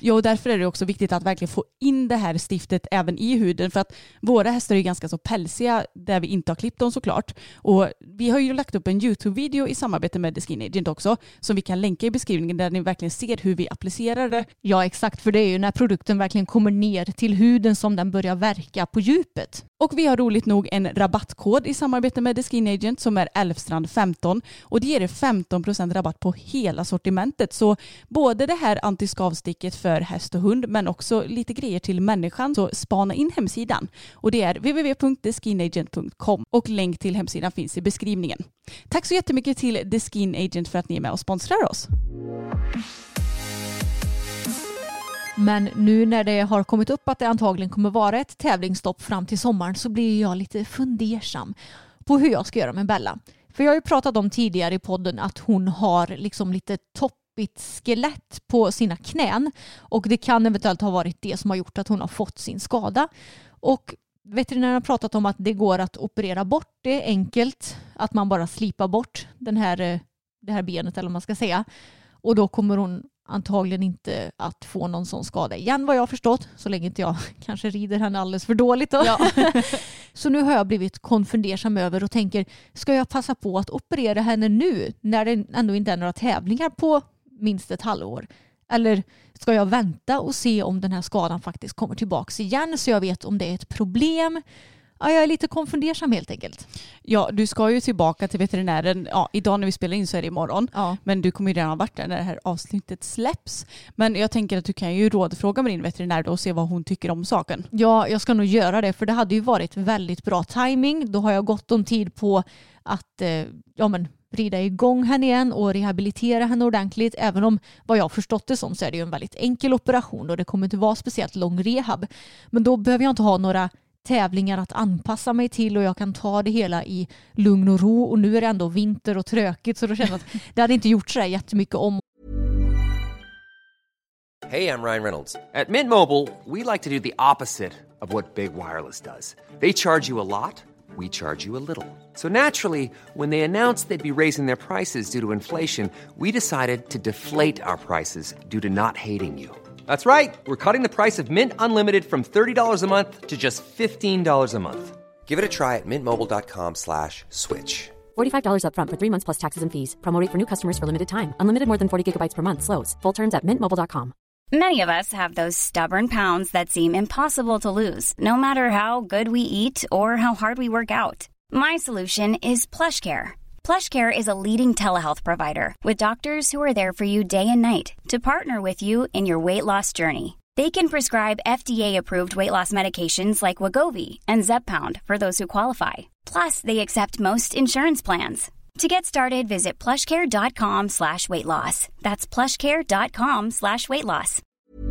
Ja, och därför är det också viktigt att verkligen få in det här stiftet även i huden, för att våra hästar är ganska så pälsiga där vi inte har klippt dem såklart. Och vi har ju lagt upp en YouTube-video i samarbete med The Skin Agent också som vi kan länka i beskrivningen där ni verkligen ser hur vi applicerar det. Ja, exakt, för det är ju när produkten verkligen kommer ner till huden som den börjar verka på djupet. Och vi har roligt nog en rabattkod i samarbete med The Skin Agent som är Elfstrand15 och det ger er 15% rabatt på hela sortimentet. Så både det här antiskavsticket för häst och hund men också lite grejer till människan, så spana in hemsidan. Och det är www.theskinagent.com och länk till hemsidan finns i beskrivningen. Tack så jättemycket till The Skin Agent för att ni är med och sponsrar oss. Men nu när det har kommit upp att det antagligen kommer vara ett tävlingsstopp fram till sommaren så blir jag lite fundersam på hur jag ska göra med Bella. För jag har ju pratat om tidigare i podden att hon har liksom lite toppigt skelett på sina knän och det kan eventuellt ha varit det som har gjort att hon har fått sin skada. Och veterinären har pratat om att det går att operera bort det enkelt, att man bara slipar bort det här benet eller vad man ska säga. Och då kommer hon antagligen inte att få någon sån skada igen vad jag har förstått, så länge inte jag kanske rider henne alldeles för dåligt då. Ja. Så nu har jag blivit konfundersam över och tänker, ska jag passa på att operera henne nu när det ändå inte är några tävlingar på minst ett halvår? Eller ska jag vänta och se om den här skadan faktiskt kommer tillbaka igen så jag vet om det är ett problem? Ja, jag är lite konfundersam helt enkelt. Ja, du ska ju tillbaka till veterinären. Ja, idag när vi spelar in så är det imorgon. Ja. Men du kommer ju redan ha varit där när det här avsnittet släpps. Men jag tänker att du kan ju rådfråga med din veterinär då och se vad hon tycker om saken. Ja, jag ska nog göra det för det hade ju varit väldigt bra timing. Då har jag gott om tid på att rida igång henne igen och rehabilitera henne ordentligt. Även om vad jag har förstått det som så är det ju en väldigt enkel operation och det kommer inte vara speciellt lång rehab. Men då behöver jag inte ha några tävlingar att anpassa mig till och jag kan ta det hela i lugn och ro och nu är det ändå vinter och tråkigt så då känner jag att det hade inte gjort så där jättemycket om. Hey, I'm Ryan Reynolds. At Mint Mobile, we like to do the opposite of what Big Wireless does. They charge you a lot, we charge you a little. So naturally, when they announced they'd be raising their prices due to inflation, we decided to deflate our prices due to not hating you. That's right. We're cutting the price of Mint Unlimited from $30 a month to just $15 a month. Give it a try at mintmobile.com/switch. $45 up front for 3 months plus taxes and fees. Promo rate for new customers for limited time. Unlimited more than 40 gigabytes per month. Slows full terms at mintmobile.com. Many of us have those stubborn pounds that seem impossible to lose, no matter how good we eat or how hard we work out. My solution is PlushCare. PlushCare is a leading telehealth provider with doctors who are there for you day and night to partner with you in your weight loss journey. They can prescribe FDA-approved weight loss medications like Wegovy and Zepbound for those who qualify. Plus, they accept most insurance plans. To get started, visit plushcare.com/weightloss. That's plushcare.com/weightloss.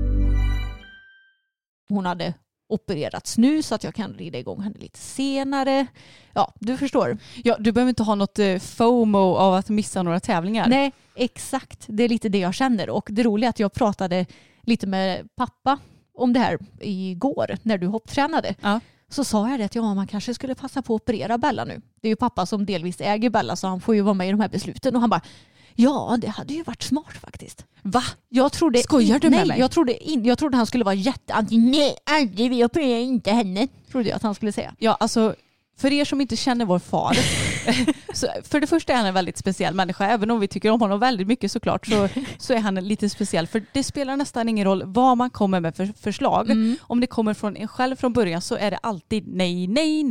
Hon hade opererats nu så att jag kan rida igång henne lite senare. Ja, du förstår. Ja, du behöver inte ha något FOMO av att missa några tävlingar. Nej, exakt. Det är lite det jag känner. Och det roliga är att jag pratade lite med pappa om det här igår när du hopptränade. Ja. Så sa jag det att man kanske skulle passa på att operera Bella nu. Det är ju pappa som delvis äger Bella så han får ju vara med i de här besluten. Och han bara, ja det hade ju varit smart faktiskt. Va? Skojar du med mig? Jag trodde han skulle vara nej, aldrig, vi opererar inte henne. Trodde jag att han skulle säga. Ja, alltså för er som inte känner vår far så för det första är han en väldigt speciell människa. Även om vi tycker om honom väldigt mycket såklart så är han lite speciell. För det spelar nästan ingen roll vad man kommer med för förslag. Om det kommer från en själv från början så är det alltid nej.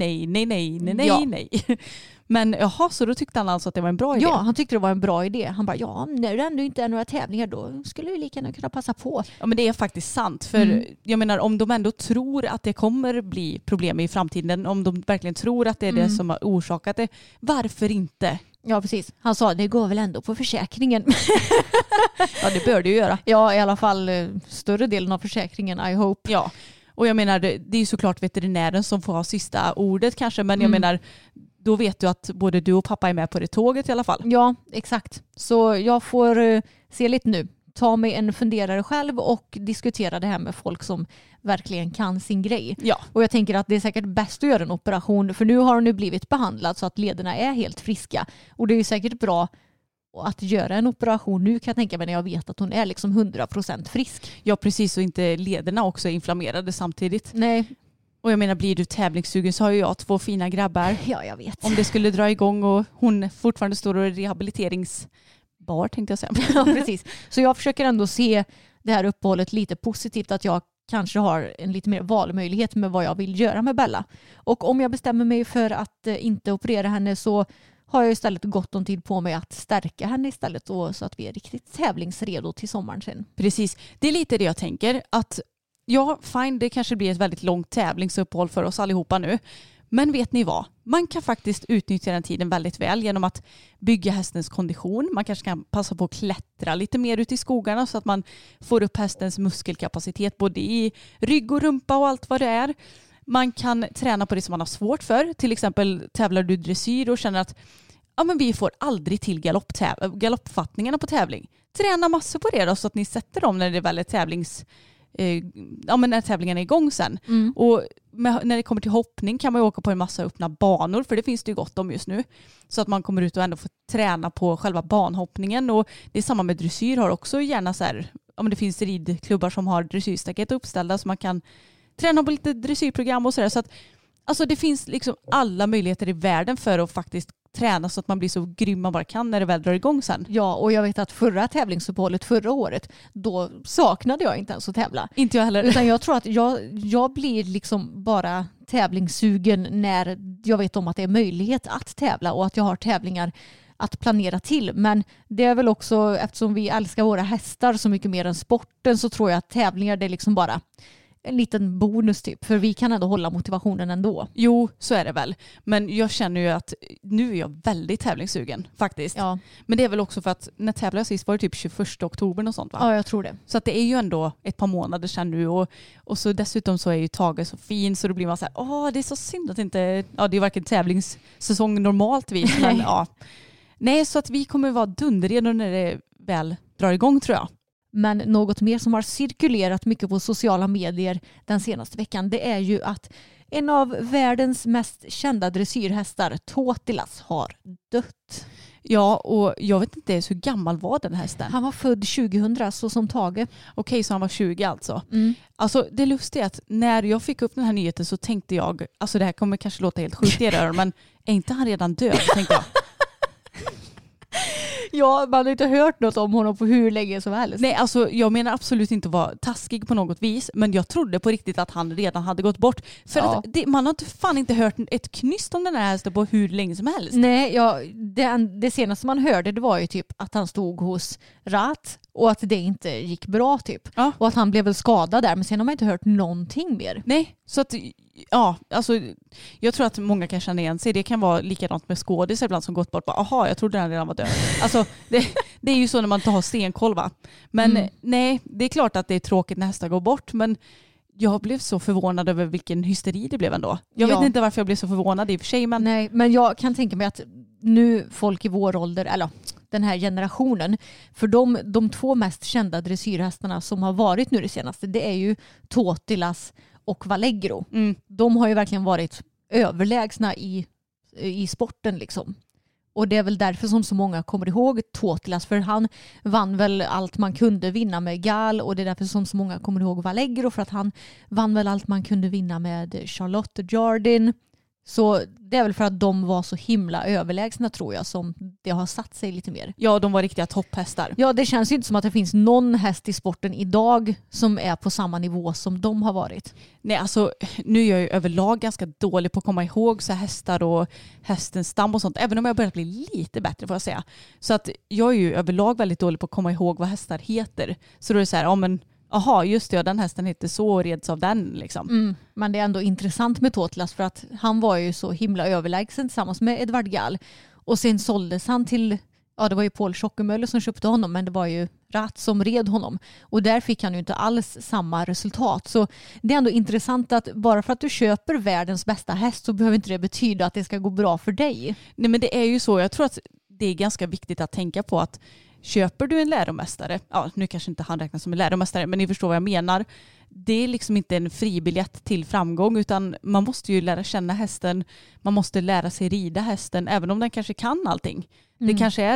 Men så då tyckte han alltså att det var en bra idé. Ja, han tyckte det var en bra idé. Han bara, när det ändå inte är några tävlingar då skulle vi lika gärna kunna passa på. Ja, men det är faktiskt sant. För jag menar, om de ändå tror att det kommer bli problem i framtiden, om de verkligen tror att det är det som har orsakat det, varför inte? Ja, precis. Han sa, det går väl ändå på försäkringen. Ja, det bör det ju göra. Ja, i alla fall större delen av försäkringen, I hope. Ja. Och jag menar, det är ju såklart veterinären som får ha sista ordet kanske, men jag menar, då vet du att både du och pappa är med på det tåget i alla fall. Ja, exakt. Så jag får se lite nu. Ta mig en funderare själv och diskutera det här med folk som verkligen kan sin grej. Ja. Och jag tänker att det är säkert bäst att göra en operation för nu har hon ju blivit behandlad så att lederna är helt friska. Och det är ju säkert bra att göra en operation nu, kan jag tänka mig, när jag vet att hon är liksom 100% frisk. Ja, precis, och inte lederna också inflammerade samtidigt. Nej. Och jag menar, blir du tävlingssugen så har ju jag 2 fina grabbar. Ja, jag vet. Om det skulle dra igång och hon fortfarande står och är rehabiliteringsbar, tänkte jag säga. Ja, precis. Så jag försöker ändå se det här uppehållet lite positivt, att jag kanske har en lite mer valmöjlighet med vad jag vill göra med Bella. Och om jag bestämmer mig för att inte operera henne, så har jag istället gott om tid på mig att stärka henne istället då, så att vi är riktigt tävlingsredo till sommaren sen. Precis, det är lite det jag tänker. Att ja, fine, det kanske blir ett väldigt långt tävlingsuppehåll för oss allihopa nu. Men vet ni vad? Man kan faktiskt utnyttja den tiden väldigt väl genom att bygga hästens kondition. Man kanske kan passa på att klättra lite mer ute i skogarna så att man får upp hästens muskelkapacitet både i rygg och rumpa och allt vad det är. Man kan träna på det som man har svårt för. Till exempel tävlar du dressyr och känner att ja, men vi får aldrig till galoppfattningarna på tävling. Träna massor på det då, så att ni sätter dem när det väl är när tävlingen är igång sen. Och när det kommer till hoppning kan man ju åka på en massa öppna banor, för det finns det ju gott om just nu. Så att man kommer ut och ändå får träna på själva banhoppningen. Och det är samma med dressyr, har också gärna så här, det finns ridklubbar som har dressyrstaket uppställda så man kan träna på lite dressyrprogram och sådär. Så att alltså, det finns liksom alla möjligheter i världen för att faktiskt träna så att man blir så grym man bara kan när det väl drar igång sen. Ja, och jag vet att förra tävlingsuppehållet förra året, då saknade jag inte ens att tävla. Inte jag heller. Utan jag tror att jag blir liksom bara tävlingssugen när jag vet om att det är möjlighet att tävla och att jag har tävlingar att planera till. Men det är väl också, eftersom vi älskar våra hästar så mycket mer än sporten, så tror jag att tävlingar, det är liksom bara en liten bonus typ. För vi kan ändå hålla motivationen ändå. Jo, så är det väl. Men jag känner ju att nu är jag väldigt tävlingssugen faktiskt. Ja. Men det är väl också för att när tävlade jag sist var det typ 21 oktober och sånt, va? Ja, jag tror det. Så att det är ju ändå ett par månader sedan nu. Och så dessutom så är ju Tage så fin, så då blir man så här, det är så synd att inte, det är varken tävlingssäsong normalt vis. Men nej, så att vi kommer vara dunderredo när det väl drar igång, tror jag. Men något mer som har cirkulerat mycket på sociala medier den senaste veckan, det är ju att en av världens mest kända dressyrhästar, Totilas, har dött. Ja, och jag vet inte ens hur gammal var den hästen. Han var född 2000, så som Tage. Okej, så han var 20 alltså. Alltså det lustiga är att när jag fick upp den här nyheten så tänkte jag, alltså det här kommer kanske låta helt sjukt i er, men är inte han redan död, tänkte jag. Ja, man har inte hört något om honom på hur länge som helst. Nej, alltså jag menar absolut inte att vara taskig på något vis, men jag trodde på riktigt att han redan hade gått bort. För att man har fan inte hört ett knyst om den här hästen på hur länge som helst. Nej, det senaste man hörde, det var ju typ att han stod hos Rat och att det inte gick bra typ. Ja. Och att han blev väl skadad där, men sen har man inte hört någonting mer. Nej, så att alltså jag tror att många kan känna igen sig. Det kan vara likadant med skådisar ibland som gått bort. Jag trodde den redan var död. Alltså det är ju så när man inte har stenkoll, va. Men nej, det är klart att det är tråkigt när hästar går bort, men jag blev så förvånad över vilken hysteri det blev ändå. Jag vet inte varför jag blev så förvånad i och för sig. Men... Nej, men jag kan tänka mig att nu folk i vår ålder, eller den här generationen, för de 2 mest kända dressyrhästarna som har varit nu det senaste, det är ju Totilas och Vallegro. De har ju verkligen varit överlägsna i sporten liksom. Och det är väl därför som så många kommer ihåg Totilas, för han vann väl allt man kunde vinna med Gal, och det är därför som så många kommer ihåg Vallegro, för att han vann väl allt man kunde vinna med Charlotte Jardin. Så det är väl för att de var så himla överlägsna, tror jag, som det har satt sig lite mer. Ja, de var riktiga topphästar. Ja, det känns ju inte som att det finns någon häst i sporten idag som är på samma nivå som de har varit. Nej, alltså nu är jag ju överlag ganska dålig på att komma ihåg så hästar och hästens stam och sånt. Även om jag börjat bli lite bättre, får jag säga. Så att jag är ju överlag väldigt dålig på att komma ihåg vad hästar heter. Så då är det så här, just det, den hästen heter så och reds av den liksom. Men det är ändå intressant med Totilas, för att han var ju så himla överlägsen tillsammans med Edvard Gall. Och sen såldes han till, det var ju Paul Schockemöller som köpte honom, men det var ju Rat som red honom. Och där fick han ju inte alls samma resultat. Så det är ändå intressant att bara för att du köper världens bästa häst så behöver inte det betyda att det ska gå bra för dig. Nej, men det är ju så. Jag tror att det är ganska viktigt att tänka på att köper du en läromästare, nu kanske inte han räknas som en läromästare, men ni förstår vad jag menar. Det är liksom inte en fribiljett till framgång, utan man måste ju lära känna hästen. Man måste lära sig rida hästen, även om den kanske kan allting. Det kanske är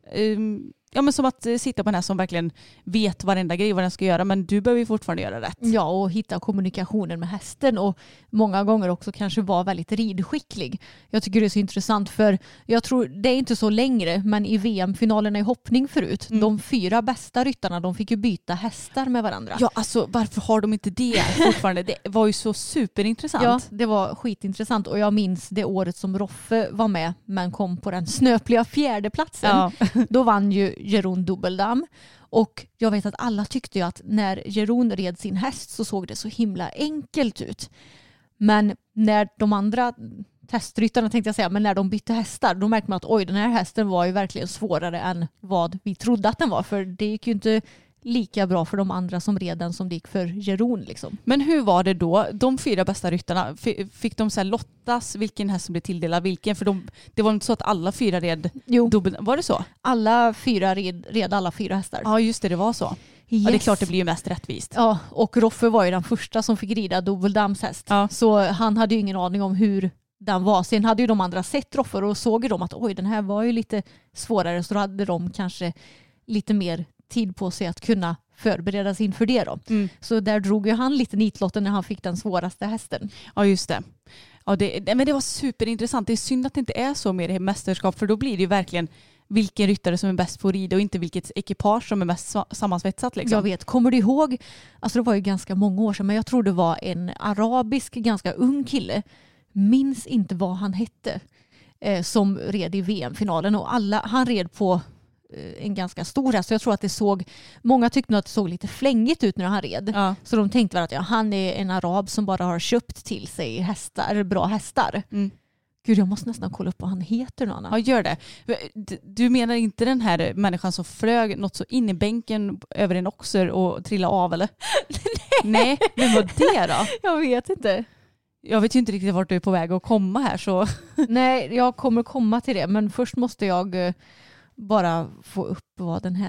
ja, men som att sitta på den här som verkligen vet varenda grej vad den ska göra, men du behöver ju fortfarande göra rätt. Ja, och hitta kommunikationen med hästen och många gånger också kanske vara väldigt ridskicklig. Jag tycker det är så intressant för jag tror det är inte så längre, men i VM-finalerna i hoppning förut, de 4 bästa ryttarna, de fick ju byta hästar med varandra. Ja, alltså varför har de inte det fortfarande? Det var ju så superintressant. Ja, det var skitintressant och jag minns det året som Roffe var med men kom på den snöpliga 4:e platsen. Ja. Då vann ju Jeroen Dubbeldam och jag vet att alla tyckte ju att när Jeroen red sin häst så såg det så himla enkelt ut. Men när de andra testryttarna tänkte jag säga, men när de bytte hästar då märkte man att oj, den här hästen var ju verkligen svårare än vad vi trodde att den var, för det gick ju inte lika bra för de andra som red den som det gick för Jeroen liksom. Men hur var det då? De 4 bästa ryttarna, fick de så här lottas vilken häst som blev tilldelad vilken? För det var inte så att alla 4 red dubbel. Var det så? Alla 4 red alla 4 hästar. Ja, just det var så. Yes. Ja, det är klart det blir ju mest rättvist. Ja, och Roffe var ju den första som fick rida Dubbeldams häst. Ja. Så han hade ju ingen aning om hur den var. Sen hade ju de andra sett Roffe och såg ju de att oj, den här var ju lite svårare, så då hade de kanske lite mer tid på sig att kunna förbereda sig inför det då. Så där drog ju han lite nitlotten när han fick den svåraste hästen. Ja, just det. Ja, men det var superintressant. Det är synd att det inte är så med det här mästerskap, för då blir det ju verkligen vilken ryttare som är bäst på att rida och inte vilket ekipage som är mest sammansvetsat. Liksom. Jag vet, kommer du ihåg, alltså det var ju ganska många år sedan, men jag tror det var en arabisk ganska ung kille, minns inte vad han hette, som red i VM-finalen och han red på en ganska stor häst. Så jag tror att många tyckte att det såg lite flängigt ut när han red. Ja. Så de tänkte väl att han är en arab som bara har köpt till sig bra hästar. Gud, jag måste nästan kolla upp vad han heter nu, Anna. Ja, gör det. Du menar inte den här människan som flög något så in i bänken över en oxer och trillade av, eller? Nej, vem var det då? Jag vet inte. Jag vet ju inte riktigt vart du är på väg att komma här. Så. Nej, jag kommer komma till det. Men först måste jag bara få upp vad den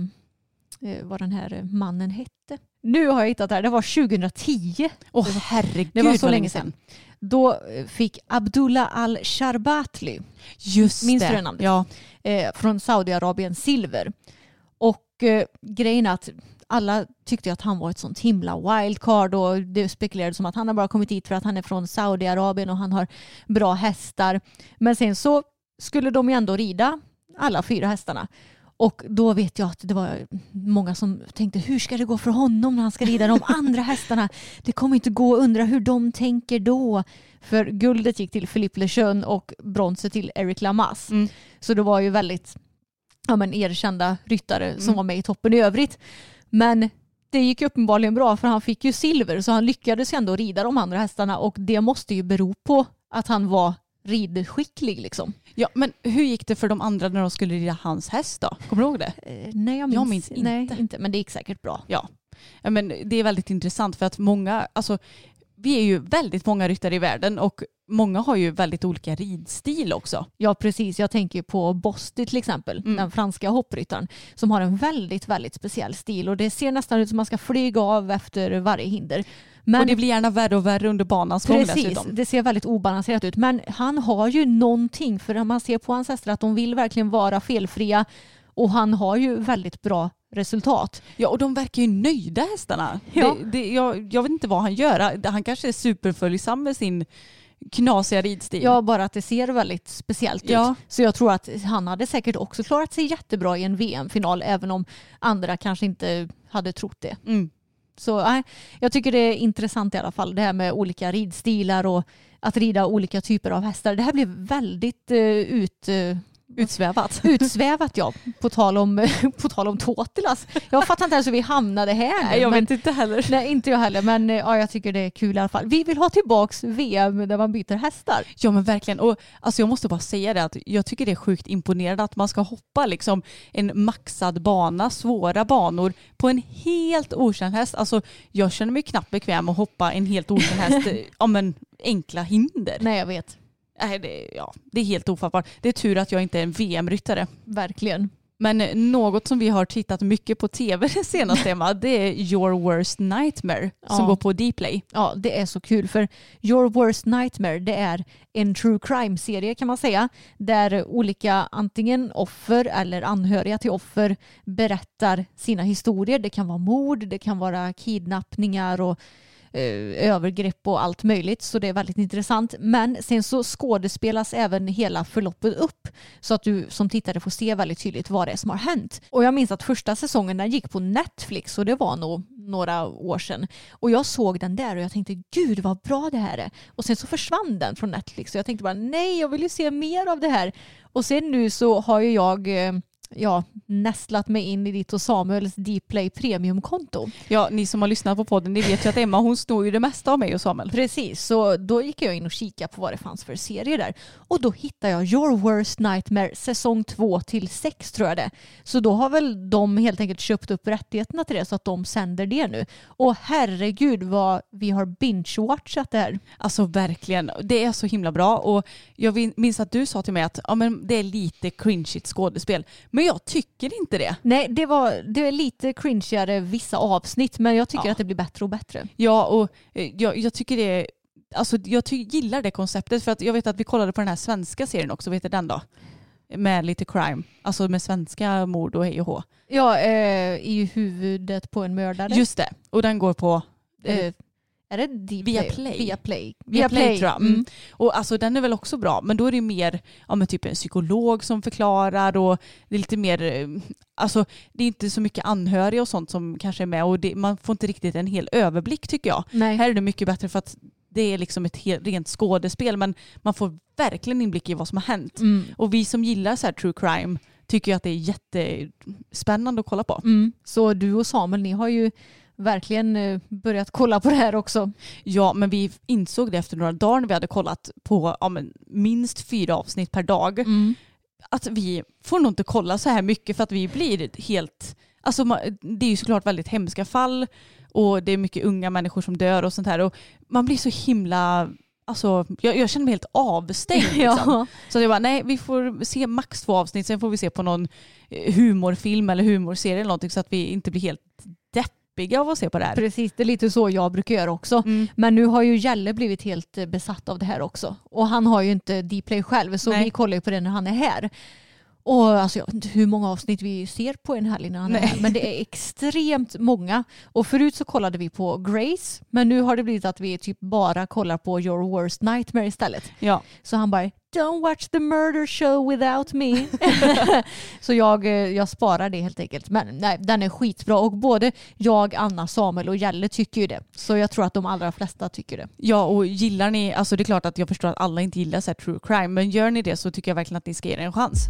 här mannen hette. Nu har jag hittat det här. Det var 2010. Herregud, det var så länge sedan. Då fick Abdullah al-Sharbatli, minns du det namnet? Ja. Från Saudiarabien silver. Och grejen är att alla tyckte att han var ett sånt himla wildcard och det spekulerades som att han har bara kommit hit för att han är från Saudiarabien och han har bra hästar. Men sen så skulle de ju ändå rida alla 4 hästarna. Och då vet jag att det var många som tänkte, hur ska det gå för honom när han ska rida de andra hästarna? Det kommer inte gå, att undra hur de tänker då. För guldet gick till Philippe Lejeune och bronset till Eric Lamas. Så det var ju väldigt erkända ryttare som var med i toppen i övrigt. Men det gick uppenbarligen bra för han fick ju silver, så han lyckades ändå rida de andra hästarna och det måste ju bero på att han var ridskicklig liksom. Ja, men hur gick det för de andra när de skulle rida hans häst då? Kommer du ihåg det? Nej, jag minns inte. Nej, inte. Men det gick säkert bra. Ja, men det är väldigt intressant för att vi är ju väldigt många ryttare i världen och många har ju väldigt olika ridstil också. Ja, precis. Jag tänker på Bosti till exempel, den franska hoppryttaren som har en väldigt, väldigt speciell stil och det ser nästan ut som man ska flyga av efter varje hinder. Men, och det blir gärna värre och värre under banans gång dessutom. Precis, det ser väldigt obalanserat ut. Men han har ju någonting, för man ser på hans hästar att de vill verkligen vara felfria och han har ju väldigt bra resultat. Ja, och de verkar ju nöjda hästarna. Ja. Jag vet inte vad han gör. Han kanske är superföljsam med sin knasiga ridstil. Ja, bara att det ser väldigt speciellt ut. Så jag tror att han hade säkert också klarat sig jättebra i en VM-final även om andra kanske inte hade trott det. Så jag tycker det är intressant i alla fall det här med olika ridstilar och att rida olika typer av hästar. Det här blev väldigt Utsvävat, ja. På tal om Tåtilas. Jag fattar inte ens hur vi hamnade här. Nej, jag vet inte heller. Nej, inte jag heller. Men jag tycker det är kul i alla fall. Vi vill ha tillbaks VM där man byter hästar. Ja, men verkligen. Och jag måste bara säga det att jag tycker det är sjukt imponerande att man ska hoppa liksom en maxad bana, svåra banor på en helt okänd häst. Alltså, jag känner mig knappt bekväm att hoppa en helt okänd häst enkla hinder. Nej, jag vet. Det är helt ofattbart. Det är tur att jag inte är en VM-ryttare. Verkligen. Men något som vi har tittat mycket på tv det senaste Emma, det är Your Worst Nightmare som går på Dplay. Ja, det är så kul för Your Worst Nightmare, det är en true crime-serie kan man säga, där olika antingen offer eller anhöriga till offer berättar sina historier. Det kan vara mord, det kan vara kidnappningar och övergrepp och allt möjligt, så det är väldigt intressant. Men sen så skådespelas även hela förloppet upp så att du som tittare får se väldigt tydligt vad det är som har hänt. Och jag minns att första säsongen den gick på Netflix och det var nog några år sedan. Och jag såg den där och jag tänkte gud vad bra det här är. Och sen så försvann den från Netflix och jag tänkte bara nej, jag vill ju se mer av det här. Och sen nu så har ju jag nästlat mig in i ditt och Samuels Dplay premiumkonto. Ja, ni som har lyssnat på podden, ni vet ju att Emma hon snor ju det mesta av mig och Samuel. Precis, så då gick jag in och kikade på vad det fanns för serier där. Och då hittade jag Your Worst Nightmare säsong 2-6 tror jag det. Så då har väl de helt enkelt köpt upp rättigheterna till det så att de sänder det nu. Och herregud vad vi har binge-watchat det här. Alltså verkligen, det är så himla bra. Och jag minns att du sa till mig att men det är lite cringeigt skådespel. Men jag tycker inte det. Nej, det är lite cringeigare vissa avsnitt, men jag tycker att det blir bättre och bättre. Ja, och jag tycker det är, alltså gillar det konceptet, för att jag vet att vi kollade på den här svenska serien också, vet du den då? Med lite crime, alltså med svenska mord och hej och hå. Ja, i huvudet på en mördare. Just det, och den går på... Är det Viaplay tror jag. Mm. Och alltså den är väl också bra, men då är det mer typ en psykolog som förklarar och det är lite mer, alltså det är inte så mycket anhöriga och sånt som kanske är med och man får inte riktigt en hel överblick tycker jag. Nej. Här är det mycket bättre för att det är liksom ett rent skådespel, men man får verkligen inblick i vad som har hänt. Och vi som gillar så här true crime tycker jag att det är jättespännande att kolla på. Så du och Samuel, ni har ju verkligen börjat kolla på det här också. Ja, men vi insåg det efter några dagar när vi hade kollat på minst 4 avsnitt per dag. Att vi får nog inte kolla så här mycket för att vi blir helt... Alltså det är ju såklart väldigt hemska fall och det är mycket unga människor som dör och sånt här. Och man blir så himla... Alltså, jag känner mig helt avstängd. Liksom. Så jag bara, nej, vi får se max 2 avsnitt, sen får vi se på någon humorfilm eller humorserie eller någonting så att vi inte blir helt deppiga av att se på det här. Precis, det är lite så jag brukar göra också. Men nu har ju Jelle blivit helt besatt av det här också. Och han har ju inte Dplay själv, så vi kollar ju på det när han är här. Och alltså, jag vet inte hur många avsnitt vi ser på en helg när han är här, men det är extremt många. Och förut så kollade vi på Grace, men nu har det blivit att vi typ bara kollar på Your Worst Nightmare istället. Ja. Så han bara, don't watch the murder show without me. Så jag sparar det helt enkelt. Men nej, den är skitbra. Och både jag, Anna, Samuel och Jelle tycker ju det. Så jag tror att de allra flesta tycker det. Ja, och gillar ni, alltså det är klart att jag förstår att alla inte gillar så här true crime, men gör ni det så tycker jag verkligen att ni ska ge det en chans.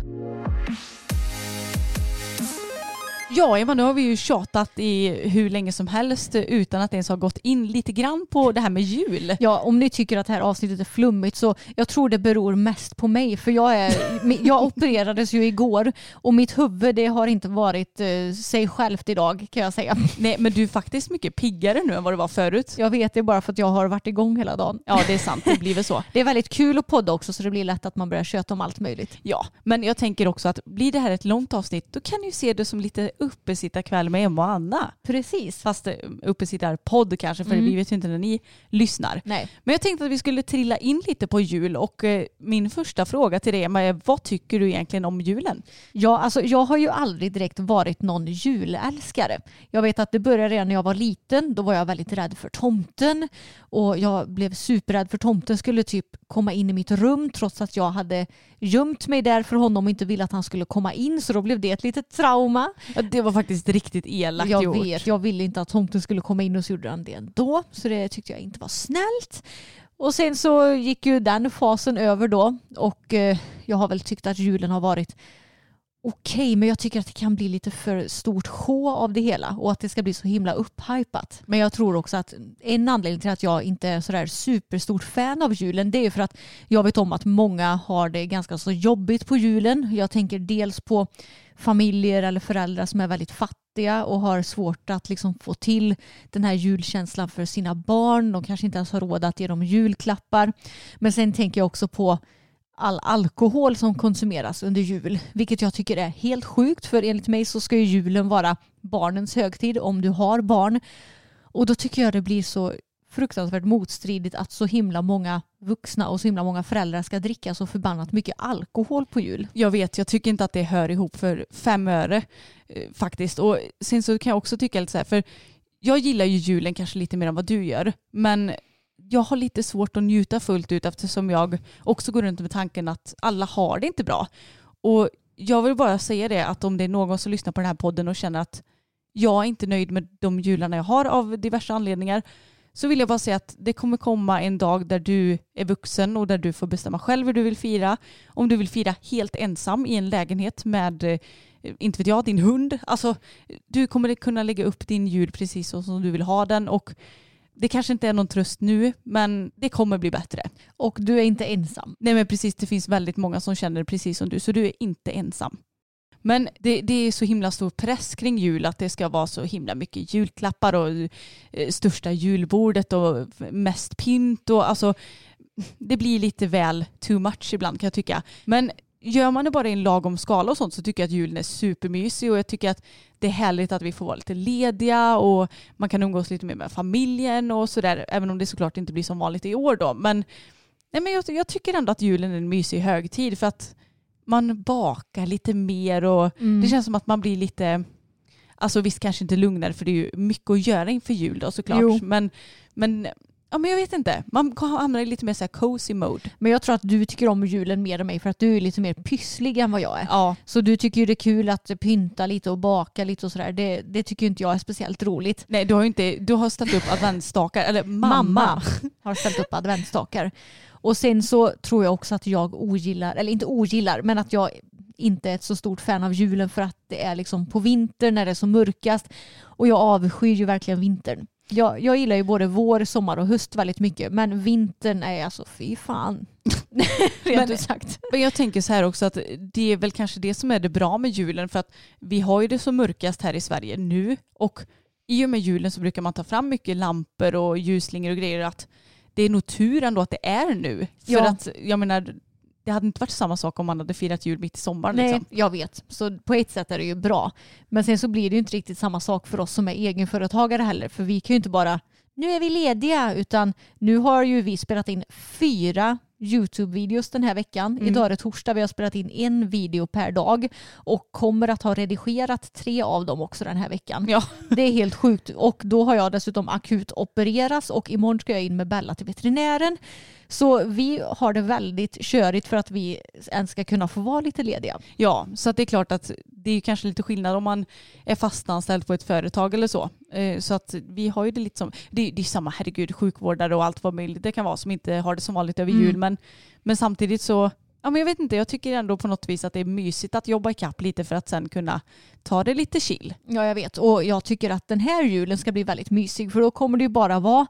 Ja, Emma, nu har vi ju tjatat i hur länge som helst utan att det ens har gått in lite grann på det här med jul. Ja, om ni tycker att det här avsnittet är flummigt så jag tror det beror mest på mig. För jag opererades ju igår och mitt huvud det har inte varit sig självt idag kan jag säga. Nej, men du är faktiskt mycket piggare nu än vad det var förut. Jag vet det bara för att jag har varit igång hela dagen. Ja, det är sant. Det blir väl så. Det är väldigt kul att podda också så det blir lätt att man börjar köta om allt möjligt. Ja, men jag tänker också att blir det här ett långt avsnitt då kan ni se det som lite uppesittarkväll med Emma och Anna. Precis. Fast uppesittarpodd kanske, för vi vet ju inte när ni lyssnar. Nej. Men jag tänkte att vi skulle trilla in lite på jul och min första fråga till dig Emma är, vad tycker du egentligen om julen? Ja, alltså jag har ju aldrig direkt varit någon julälskare. Jag vet att det började redan när jag var liten. Då var jag väldigt rädd för tomten och jag blev superrädd för tomten skulle typ komma in i mitt rum trots att jag hade gömt mig där för honom och inte ville att han skulle komma in, så då blev det ett litet trauma. Ja, det var faktiskt riktigt elakt gjort. Jag vet, jag ville inte att tomten skulle komma in och så gjorde han det ändå, så det tyckte jag inte var snällt. Och sen så gick ju den fasen över då och jag har väl tyckt att julen har varit okej, men jag tycker att det kan bli lite för stort sjå av det hela och att det ska bli så himla upphypat. Men jag tror också att en anledning till att jag inte är sådär superstort fan av julen, det är för att jag vet om att många har det ganska så jobbigt på julen. Jag tänker dels på familjer eller föräldrar som är väldigt fattiga och har svårt att liksom få till den här julkänslan för sina barn. De kanske inte ens har råd att ge dem julklappar. Men sen tänker jag också på all alkohol som konsumeras under jul. Vilket jag tycker är helt sjukt, för enligt mig så ska ju julen vara barnens högtid om du har barn. Och då tycker jag det blir så fruktansvärt motstridigt att så himla många vuxna och så himla många föräldrar ska dricka så förbannat mycket alkohol på jul. Jag tycker inte att det hör ihop för 5 öre faktiskt. Och sen så kan jag också tycka lite så här, för jag gillar ju julen kanske lite mer än vad du gör, men jag har lite svårt att njuta fullt ut eftersom jag också går runt med tanken att alla har det inte bra. Och jag vill bara säga det, att om det är någon som lyssnar på den här podden och känner att jag är inte nöjd med de jularna jag har av diverse anledningar, så vill jag bara säga att det kommer komma en dag där du är vuxen och där du får bestämma själv hur du vill fira. Om du vill fira helt ensam i en lägenhet med, inte vet jag, din hund. Alltså, du kommer kunna lägga upp din jul precis så som du vill ha den, och det kanske inte är någon tröst nu, men det kommer bli bättre. Och du är inte ensam. Nej, men precis, det finns väldigt många som känner det precis som du, så du är inte ensam. Men det är så himla stor press kring jul, att det ska vara så himla mycket julklappar och största julbordet och mest pynt. Och alltså, det blir lite väl too much ibland, kan jag tycka. Men gör man det bara i en lagom skala och sånt, så tycker jag att julen är supermysig, och jag tycker att det är härligt att vi får vara lite lediga och man kan umgås lite mer med familjen och sådär, även om det såklart inte blir som vanligt i år då. Men jag tycker ändå att julen är en mysig högtid, för att man bakar lite mer och det känns som att man blir lite, alltså visst kanske inte lugnare, för det är ju mycket att göra inför jul då såklart. Jo. Men jag vet inte. Man hamnar i lite mer så här cozy mode. Men jag tror att du tycker om julen mer än mig, för att du är lite mer pysslig än vad jag är. Ja. Så du tycker ju det är kul att pynta lite och baka lite och sådär. Det tycker inte jag är speciellt roligt. Nej, du har ställt upp adventsstakar. Eller mamma har ställt upp adventsstakar. Och sen så tror jag också att jag ogillar, men att jag inte är ett så stort fan av julen, för att det är liksom på vintern när det är så mörkast. Och jag avskyr ju verkligen vintern. Jag gillar ju både vår, sommar och höst väldigt mycket. Men vintern är alltså fy fan. Rent ut sagt. Men jag tänker så här också, att det är väl kanske det som är det bra med julen. För att vi har ju det så mörkast här i Sverige nu. Och i och med julen så brukar man ta fram mycket lampor och ljusslingor och grejer. Att det är nog tur ändå att det är nu. För att jag menar, det hade inte varit samma sak om man hade firat jul mitt i sommaren. Nej, liksom. Jag vet. Så på ett sätt är det ju bra. Men sen så blir det ju inte riktigt samma sak för oss som är egenföretagare heller. För vi kan ju inte bara, nu är vi lediga, utan nu har ju vi spelat in 4 YouTube-videos den här veckan. Idag är det torsdag, vi har spelat in 1 video per dag och kommer att ha redigerat 3 av dem också den här veckan. Ja. Det är helt sjukt. Och då har jag dessutom akut opereras och imorgon ska jag in med Bella till veterinären. Så vi har det väldigt körigt för att vi ens ska kunna få vara lite lediga. Ja, så att det är klart att det är kanske lite skillnad om man är fastanställd på ett företag eller så. Så att vi har ju det lite som, det är samma, herregud, sjukvårdare och allt vad möjligt det kan vara som inte har det som vanligt över jul. Men samtidigt så, ja, men jag vet inte, jag tycker ändå på något vis att det är mysigt att jobba ikapp lite för att sen kunna ta det lite chill. Ja, jag vet. Och jag tycker att den här julen ska bli väldigt mysig, för då kommer det ju bara vara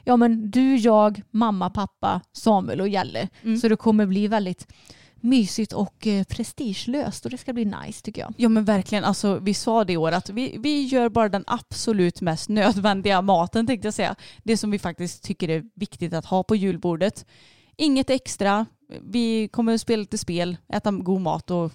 du, jag, mamma, pappa, Samuel och Jelle. Så det kommer bli väldigt mysigt och prestigelöst, och det ska bli nice tycker jag. Ja, men verkligen, alltså vi sa det i år att vi gör bara den absolut mest nödvändiga maten, tänkte jag säga. Det som vi faktiskt tycker är viktigt att ha på julbordet. Inget extra. Vi kommer att spela lite spel, äta god mat och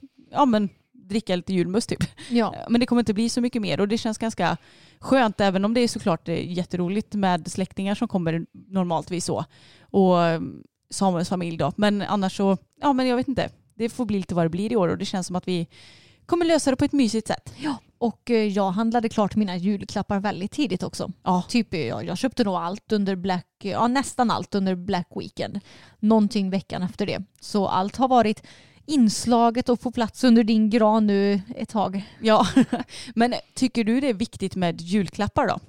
dricka lite julmust typ. Ja. Men det kommer inte bli så mycket mer, och det känns ganska skönt, även om det är såklart jätteroligt med släktingar som kommer normaltvis så. Och Samuels familj då. Men annars så, men jag vet inte. Det får bli lite vad det blir i år, och det känns som att vi kommer lösa det på ett mysigt sätt. Ja, och jag handlade klart mina julklappar väldigt tidigt också. Ja. Typ jag köpte nog allt under nästan allt under Black Weekend. Någonting veckan efter det. Så allt har varit inslaget och på plats under din gran nu ett tag. Ja, men tycker du det är viktigt med julklappar då?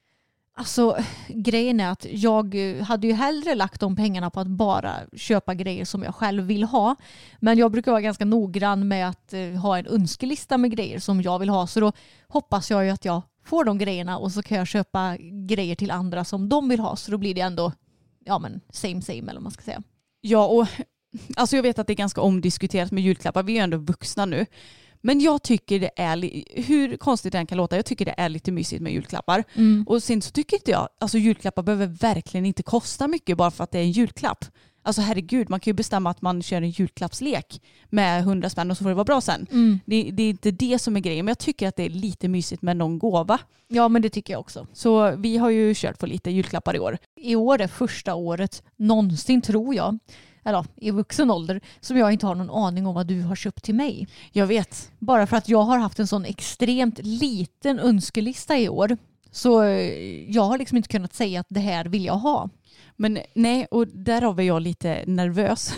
Alltså grejen är att jag hade ju hellre lagt de pengarna på att bara köpa grejer som jag själv vill ha. Men jag brukar vara ganska noggrann med att ha en önskelista med grejer som jag vill ha. Så då hoppas jag ju att jag får de grejerna, och så kan jag köpa grejer till andra som de vill ha. Så då blir det ändå same eller vad man ska säga. Ja, och alltså jag vet att det är ganska omdiskuterat med julklappar. Vi är ju ändå vuxna nu. Men jag tycker det är, hur konstigt det än kan låta, jag tycker det är lite mysigt med julklappar. Och sen så tycker inte jag, alltså julklappar behöver verkligen inte kosta mycket bara för att det är en julklapp. Alltså herregud, man kan ju bestämma att man kör en julklappslek med 100 spänn och så får det vara bra sen. Det är inte det som är grejen, men jag tycker att det är lite mysigt med någon gåva. Ja, men det tycker jag också. Så vi har ju kört på lite julklappar i år. I år är första året någonsin, tror jag, eller i vuxen ålder, som jag inte har någon aning om vad du har köpt till mig. Jag vet. Bara för att jag har haft en sån extremt liten önskelista i år. Så jag har liksom inte kunnat säga att det här vill jag ha. Men nej, och där är jag lite nervös.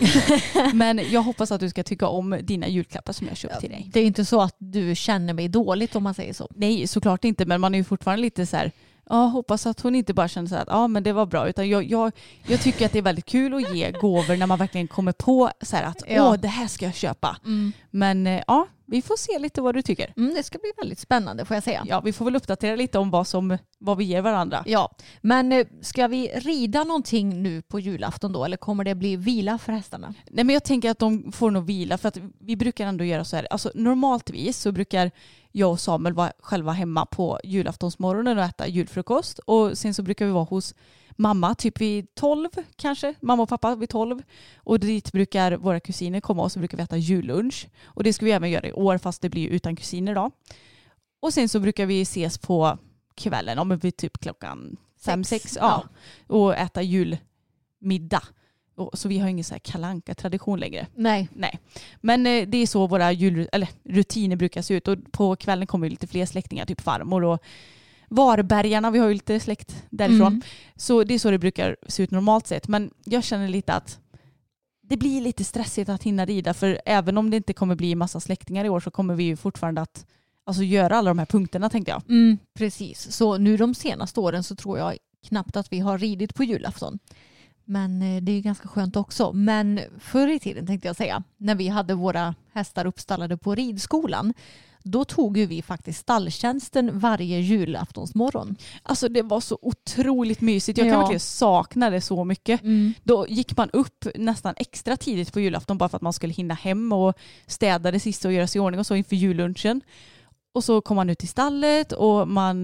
Men jag hoppas att du ska tycka om dina julklappar som jag köpt till dig. Det är inte så att du känner mig dåligt om man säger så. Nej, såklart inte. Men man är ju fortfarande lite så här, ja, hoppas att hon inte bara känner så här att ja, men det var bra. Utan jag tycker att det är väldigt kul att ge gåvor när man verkligen kommer på så här att det här ska jag köpa. Men ja, vi får se lite vad du tycker. Det ska bli väldigt spännande, får jag säga. Ja, vi får väl uppdatera lite om vad vi ger varandra. Ja, men ska vi rida någonting nu på julafton då? Eller kommer det bli vila för hästarna? Nej, men jag tänker att de får nog vila. För att vi brukar ändå göra så här. Alltså normaltvis så brukar jag och Samuel vara själva hemma på julaftonsmorgonen och äta julfrukost. Och sen så brukar vi vara hos mamma typ vid 12 kanske. Mamma och pappa vid 12. Och dit brukar våra kusiner komma och så brukar vi äta jullunch. Och det ska vi även göra i år fast det blir utan kusiner då. Och sen så brukar vi ses på kvällen om vi typ klockan 5-6. Ja. Och äta julmiddag. Så vi har ingen så här kalanka-tradition längre. Nej. Men det är så våra rutiner brukar se ut. Och på kvällen kommer lite fler släktingar, typ farmor och Varbergarna. Vi har ju lite släkt därifrån. Så det är så det brukar se ut normalt sett. Men jag känner lite att det blir lite stressigt att hinna rida. För även om det inte kommer bli massa släktingar i år så kommer vi ju fortfarande att göra alla de här punkterna, tänkte jag. Precis. Så nu de senaste åren så tror jag knappt att vi har ridit på julafton. Men det är ju ganska skönt också. Men förr i tiden tänkte jag säga, när vi hade våra hästar uppstallade på ridskolan, då tog ju vi faktiskt stalltjänsten varje julaftonsmorgon. Alltså det var så otroligt mysigt. Jag kan verkligen sakna det så mycket. Då gick man upp nästan extra tidigt på julafton bara för att man skulle hinna hem och städa det sista och göra sig i ordning och så inför jullunchen. Och så kom man ut i stallet och man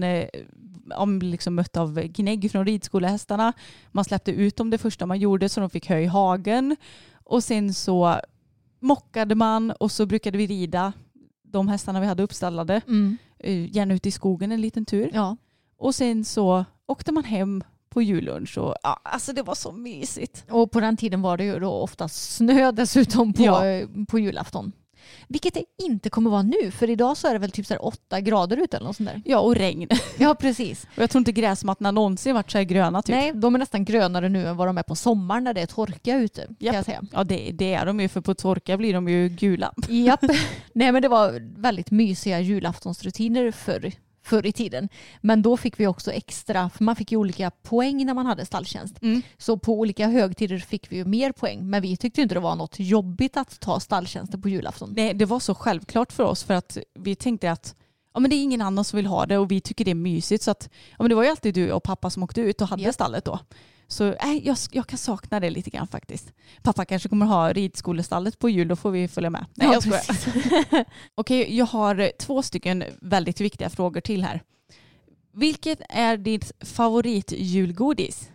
liksom mött av gnägg från ridskolehästarna. Man släppte ut dem det första man gjorde så de fick hö i hagen. Och sen så mockade man och så brukade vi rida de hästarna vi hade uppstallade. Gärna ut i skogen en liten tur. Ja. Och sen så åkte man hem på jullunch. Och, alltså det var så mysigt. Och på den tiden var det ju då oftast snö dessutom på julafton. Vilket det inte kommer vara nu. För idag så är det väl typ så här 8 grader ute eller något sånt där. Ja, och regn. Ja, precis. Och jag tror inte gräsmattorna någonsin varit så här gröna typ. Nej, de är nästan grönare nu än vad de är på sommaren när det är torka ute. Kan jag säga. Ja, det är de ju. För på torka blir de ju gula. Japp. Nej, men det var väldigt mysiga julaftonsrutiner förr i tiden. Men då fick vi också extra, för man fick ju olika poäng när man hade stalltjänst. Så på olika högtider fick vi ju mer poäng. Men vi tyckte inte det var något jobbigt att ta stalltjänsten på julafton. Nej, det var så självklart för oss för att vi tänkte att men det är ingen annan som vill ha det och vi tycker det är mysigt. Så att, men det var ju alltid du och pappa som åkte ut och hade stallet då. Så jag kan sakna det lite grann faktiskt. Pappa kanske kommer ha ridskolestallet på jul, då får vi följa med. Nej, jag skojar. Okej, jag har 2 stycken väldigt viktiga frågor till här. Vilket är ditt favoritjulgodis?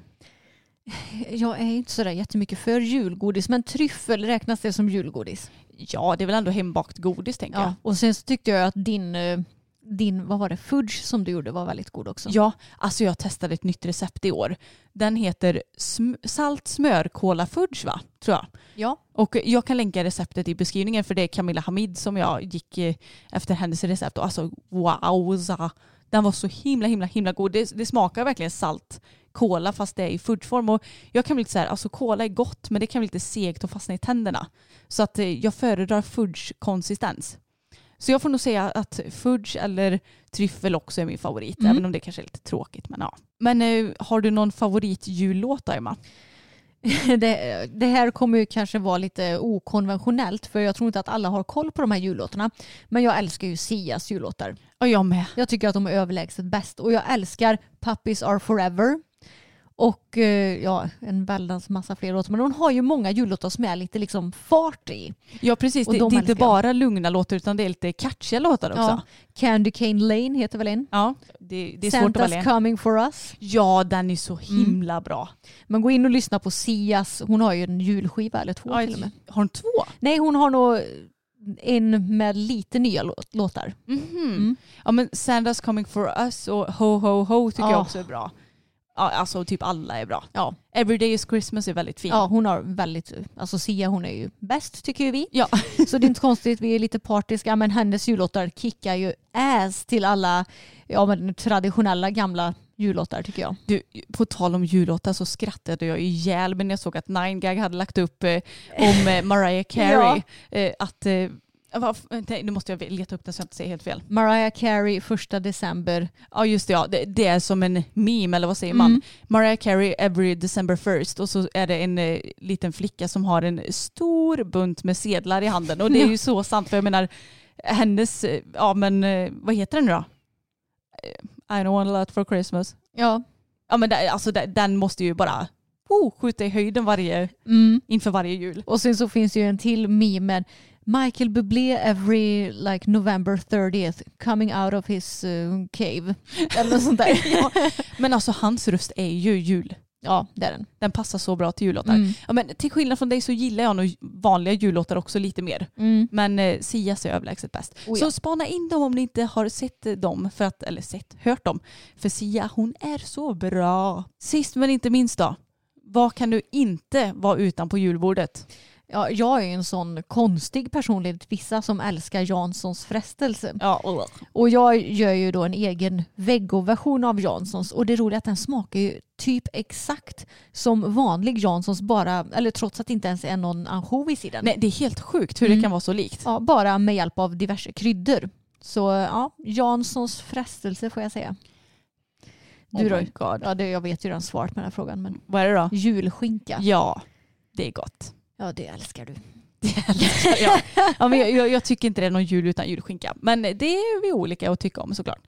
Jag är inte sådär jättemycket för julgodis, men tryffel, räknas det som julgodis? Ja, det är väl ändå hembakt godis, tänker jag. Och sen så tyckte jag att din, vad var det, fudge som du gjorde var väldigt god också. Ja, alltså jag testade ett nytt recept i år. Den heter salt smörkola fudge, va? Tror jag. Ja. Och jag kan länka receptet i beskrivningen för det är Camilla Hamid som jag gick efter hennes recept. Och alltså wow, den var så himla god. Det smakar verkligen salt kola fast det är i fudgeform. Och jag kan bli lite så här, alltså kola är gott men det kan bli lite segt och fastna i tänderna. Så att jag föredrar fudge-konsistens. Så jag får nog säga att fudge eller tryffel också är min favorit. Även om det kanske är lite tråkigt. Men, ja. Men har du någon favoritjullåt, Emma? Det här kommer ju kanske vara lite okonventionellt. För jag tror inte att alla har koll på de här jullåtarna. Men jag älskar ju Sias jullåtar. Och jag med. Jag tycker att de är överlägset bäst. Och jag älskar Puppies Are Forever. Och en väldans massa fler låtar. Men hon har ju många jullåtar som är lite liksom fart i. Ja, precis. Det är inte bara lugna låtar utan det är lite catchiga låtar också. Ja. Candy Cane Lane heter väl en? Ja, det är svårt att välja. Santa's Coming For Us. Ja, den är så himla bra. Man går in och lyssnar på Sias. Hon har ju en julskiva eller 2 till och med. Har hon 2? Nej, hon har nog en med lite nya låtar. Ja, men Santa's Coming For Us och Ho Ho Ho tycker jag också är bra. Ja, alltså typ alla är bra. Ja. Every Day is Christmas är väldigt fin. Ja, hon har väldigt, alltså Sia hon är ju bäst tycker vi. Ja. Så det är inte konstigt, vi är lite partiska, men hennes jullåtar kickar ju ass till alla traditionella gamla jullåtar tycker jag. Du, på tal om jullåtar så skrattade jag ihjäl men jag såg att 9gag hade lagt upp om Mariah Carey att nu måste jag leta upp den så jag inte säger helt fel. Mariah Carey 1 december. Ja just det, ja. Det är som en meme eller vad säger man? Mariah Carey every December 1st och så är det en liten flicka som har en stor bunt med sedlar i handen och det är ju så sant för jag menar hennes, vad heter den nu då? I don't want a lot for Christmas. Ja. Ja men den måste ju bara skjuta i höjden inför varje jul. Och sen så finns det ju en till meme med Michael Bublé every like November 30th coming out of his cave. Eller något sånt där. Ja. Men alltså hans röst är ju jul. Ja, det är den. Den passar så bra till jullåtar. Ja, men till skillnad från dig så gillar jag nog vanliga jullåtar också lite mer. Men Sias är överlägset bäst. Så spana in dem om ni inte har sett dem hört dem. För Sia, hon är så bra. Sist men inte minst då. Vad kan du inte vara utan på julbordet? Ja, jag är en sån konstig personlighet. Vissa som älskar Janssons frestelse. Ja. Och jag gör ju då en egen vegoversion av Janssons. Och det roliga är att den smakar ju typ exakt som vanlig Janssons. Trots att det inte ens är någon ansjovis i den. Nej, det är helt sjukt hur det kan vara så likt. Ja, bara med hjälp av diverse kryddor. Så ja, Janssons frestelse får jag säga. Du då? Ja, jag vet ju redan svaret på den här frågan. Men vad är det då? Julskinka. Ja, det är gott. Ja, det älskar du. Ja, men jag tycker inte det är någon jul utan julskinka. Men det är vi olika att tycka om såklart.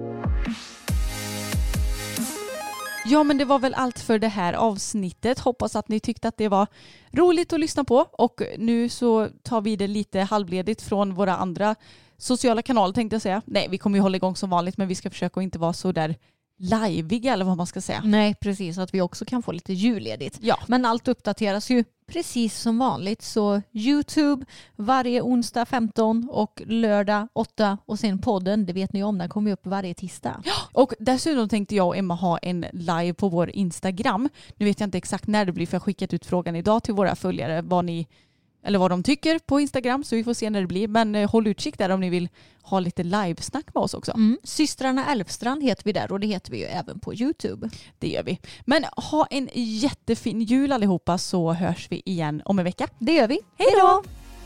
Ja, men det var väl allt för det här avsnittet. Hoppas att ni tyckte att det var roligt att lyssna på. Och nu så tar vi det lite halvledigt från våra andra sociala kanaler tänkte jag säga. Nej, vi kommer ju hålla igång som vanligt men vi ska försöka att inte vara så där liveig eller vad man ska säga. Nej, precis. Att vi också kan få lite julledigt. Ja. Men allt uppdateras ju precis som vanligt. Så YouTube varje onsdag 15 och lördag 8 och sen podden, det vet ni om, den kommer upp varje tisdag. Ja. Och dessutom tänkte jag och Emma ha en live på vår Instagram. Nu vet jag inte exakt när det blir för jag har skickat ut frågan idag till våra följare vad de tycker på Instagram så vi får se när det blir. Men håll utkik där om ni vill ha lite livesnack med oss också. Systrarna Elfstrand heter vi där och det heter vi ju även på YouTube. Det gör vi. Men ha en jättefin jul allihopa så hörs vi igen om en vecka. Det gör vi. Hej då!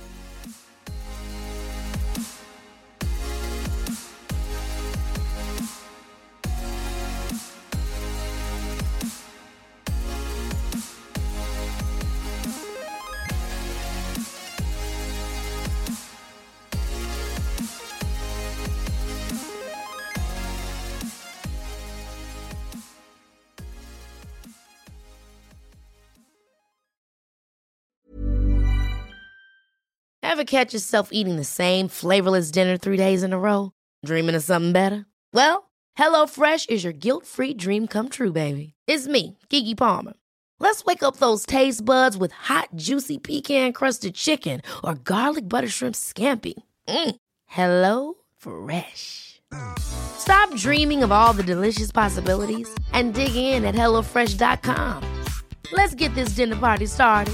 Ever catch yourself eating the same flavorless dinner 3 days in a row? Dreaming of something better? Well, HelloFresh is your guilt-free dream come true, baby. It's me, Keke Palmer. Let's wake up those taste buds with hot, juicy pecan-crusted chicken or garlic butter shrimp scampi. Hello Fresh. Stop dreaming of all the delicious possibilities and dig in at HelloFresh.com. Let's get this dinner party started.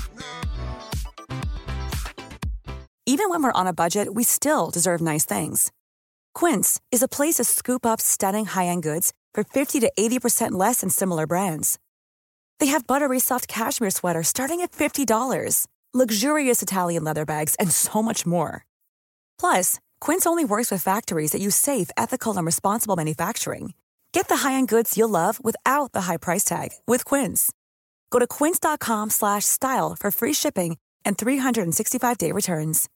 Even when we're on a budget, we still deserve nice things. Quince is a place to scoop up stunning high-end goods for 50 to 80% less than similar brands. They have buttery soft cashmere sweaters starting at $50, luxurious Italian leather bags, and so much more. Plus, Quince only works with factories that use safe, ethical, and responsible manufacturing. Get the high-end goods you'll love without the high price tag with Quince. Go to quince.com/style for free shipping and 365-day returns.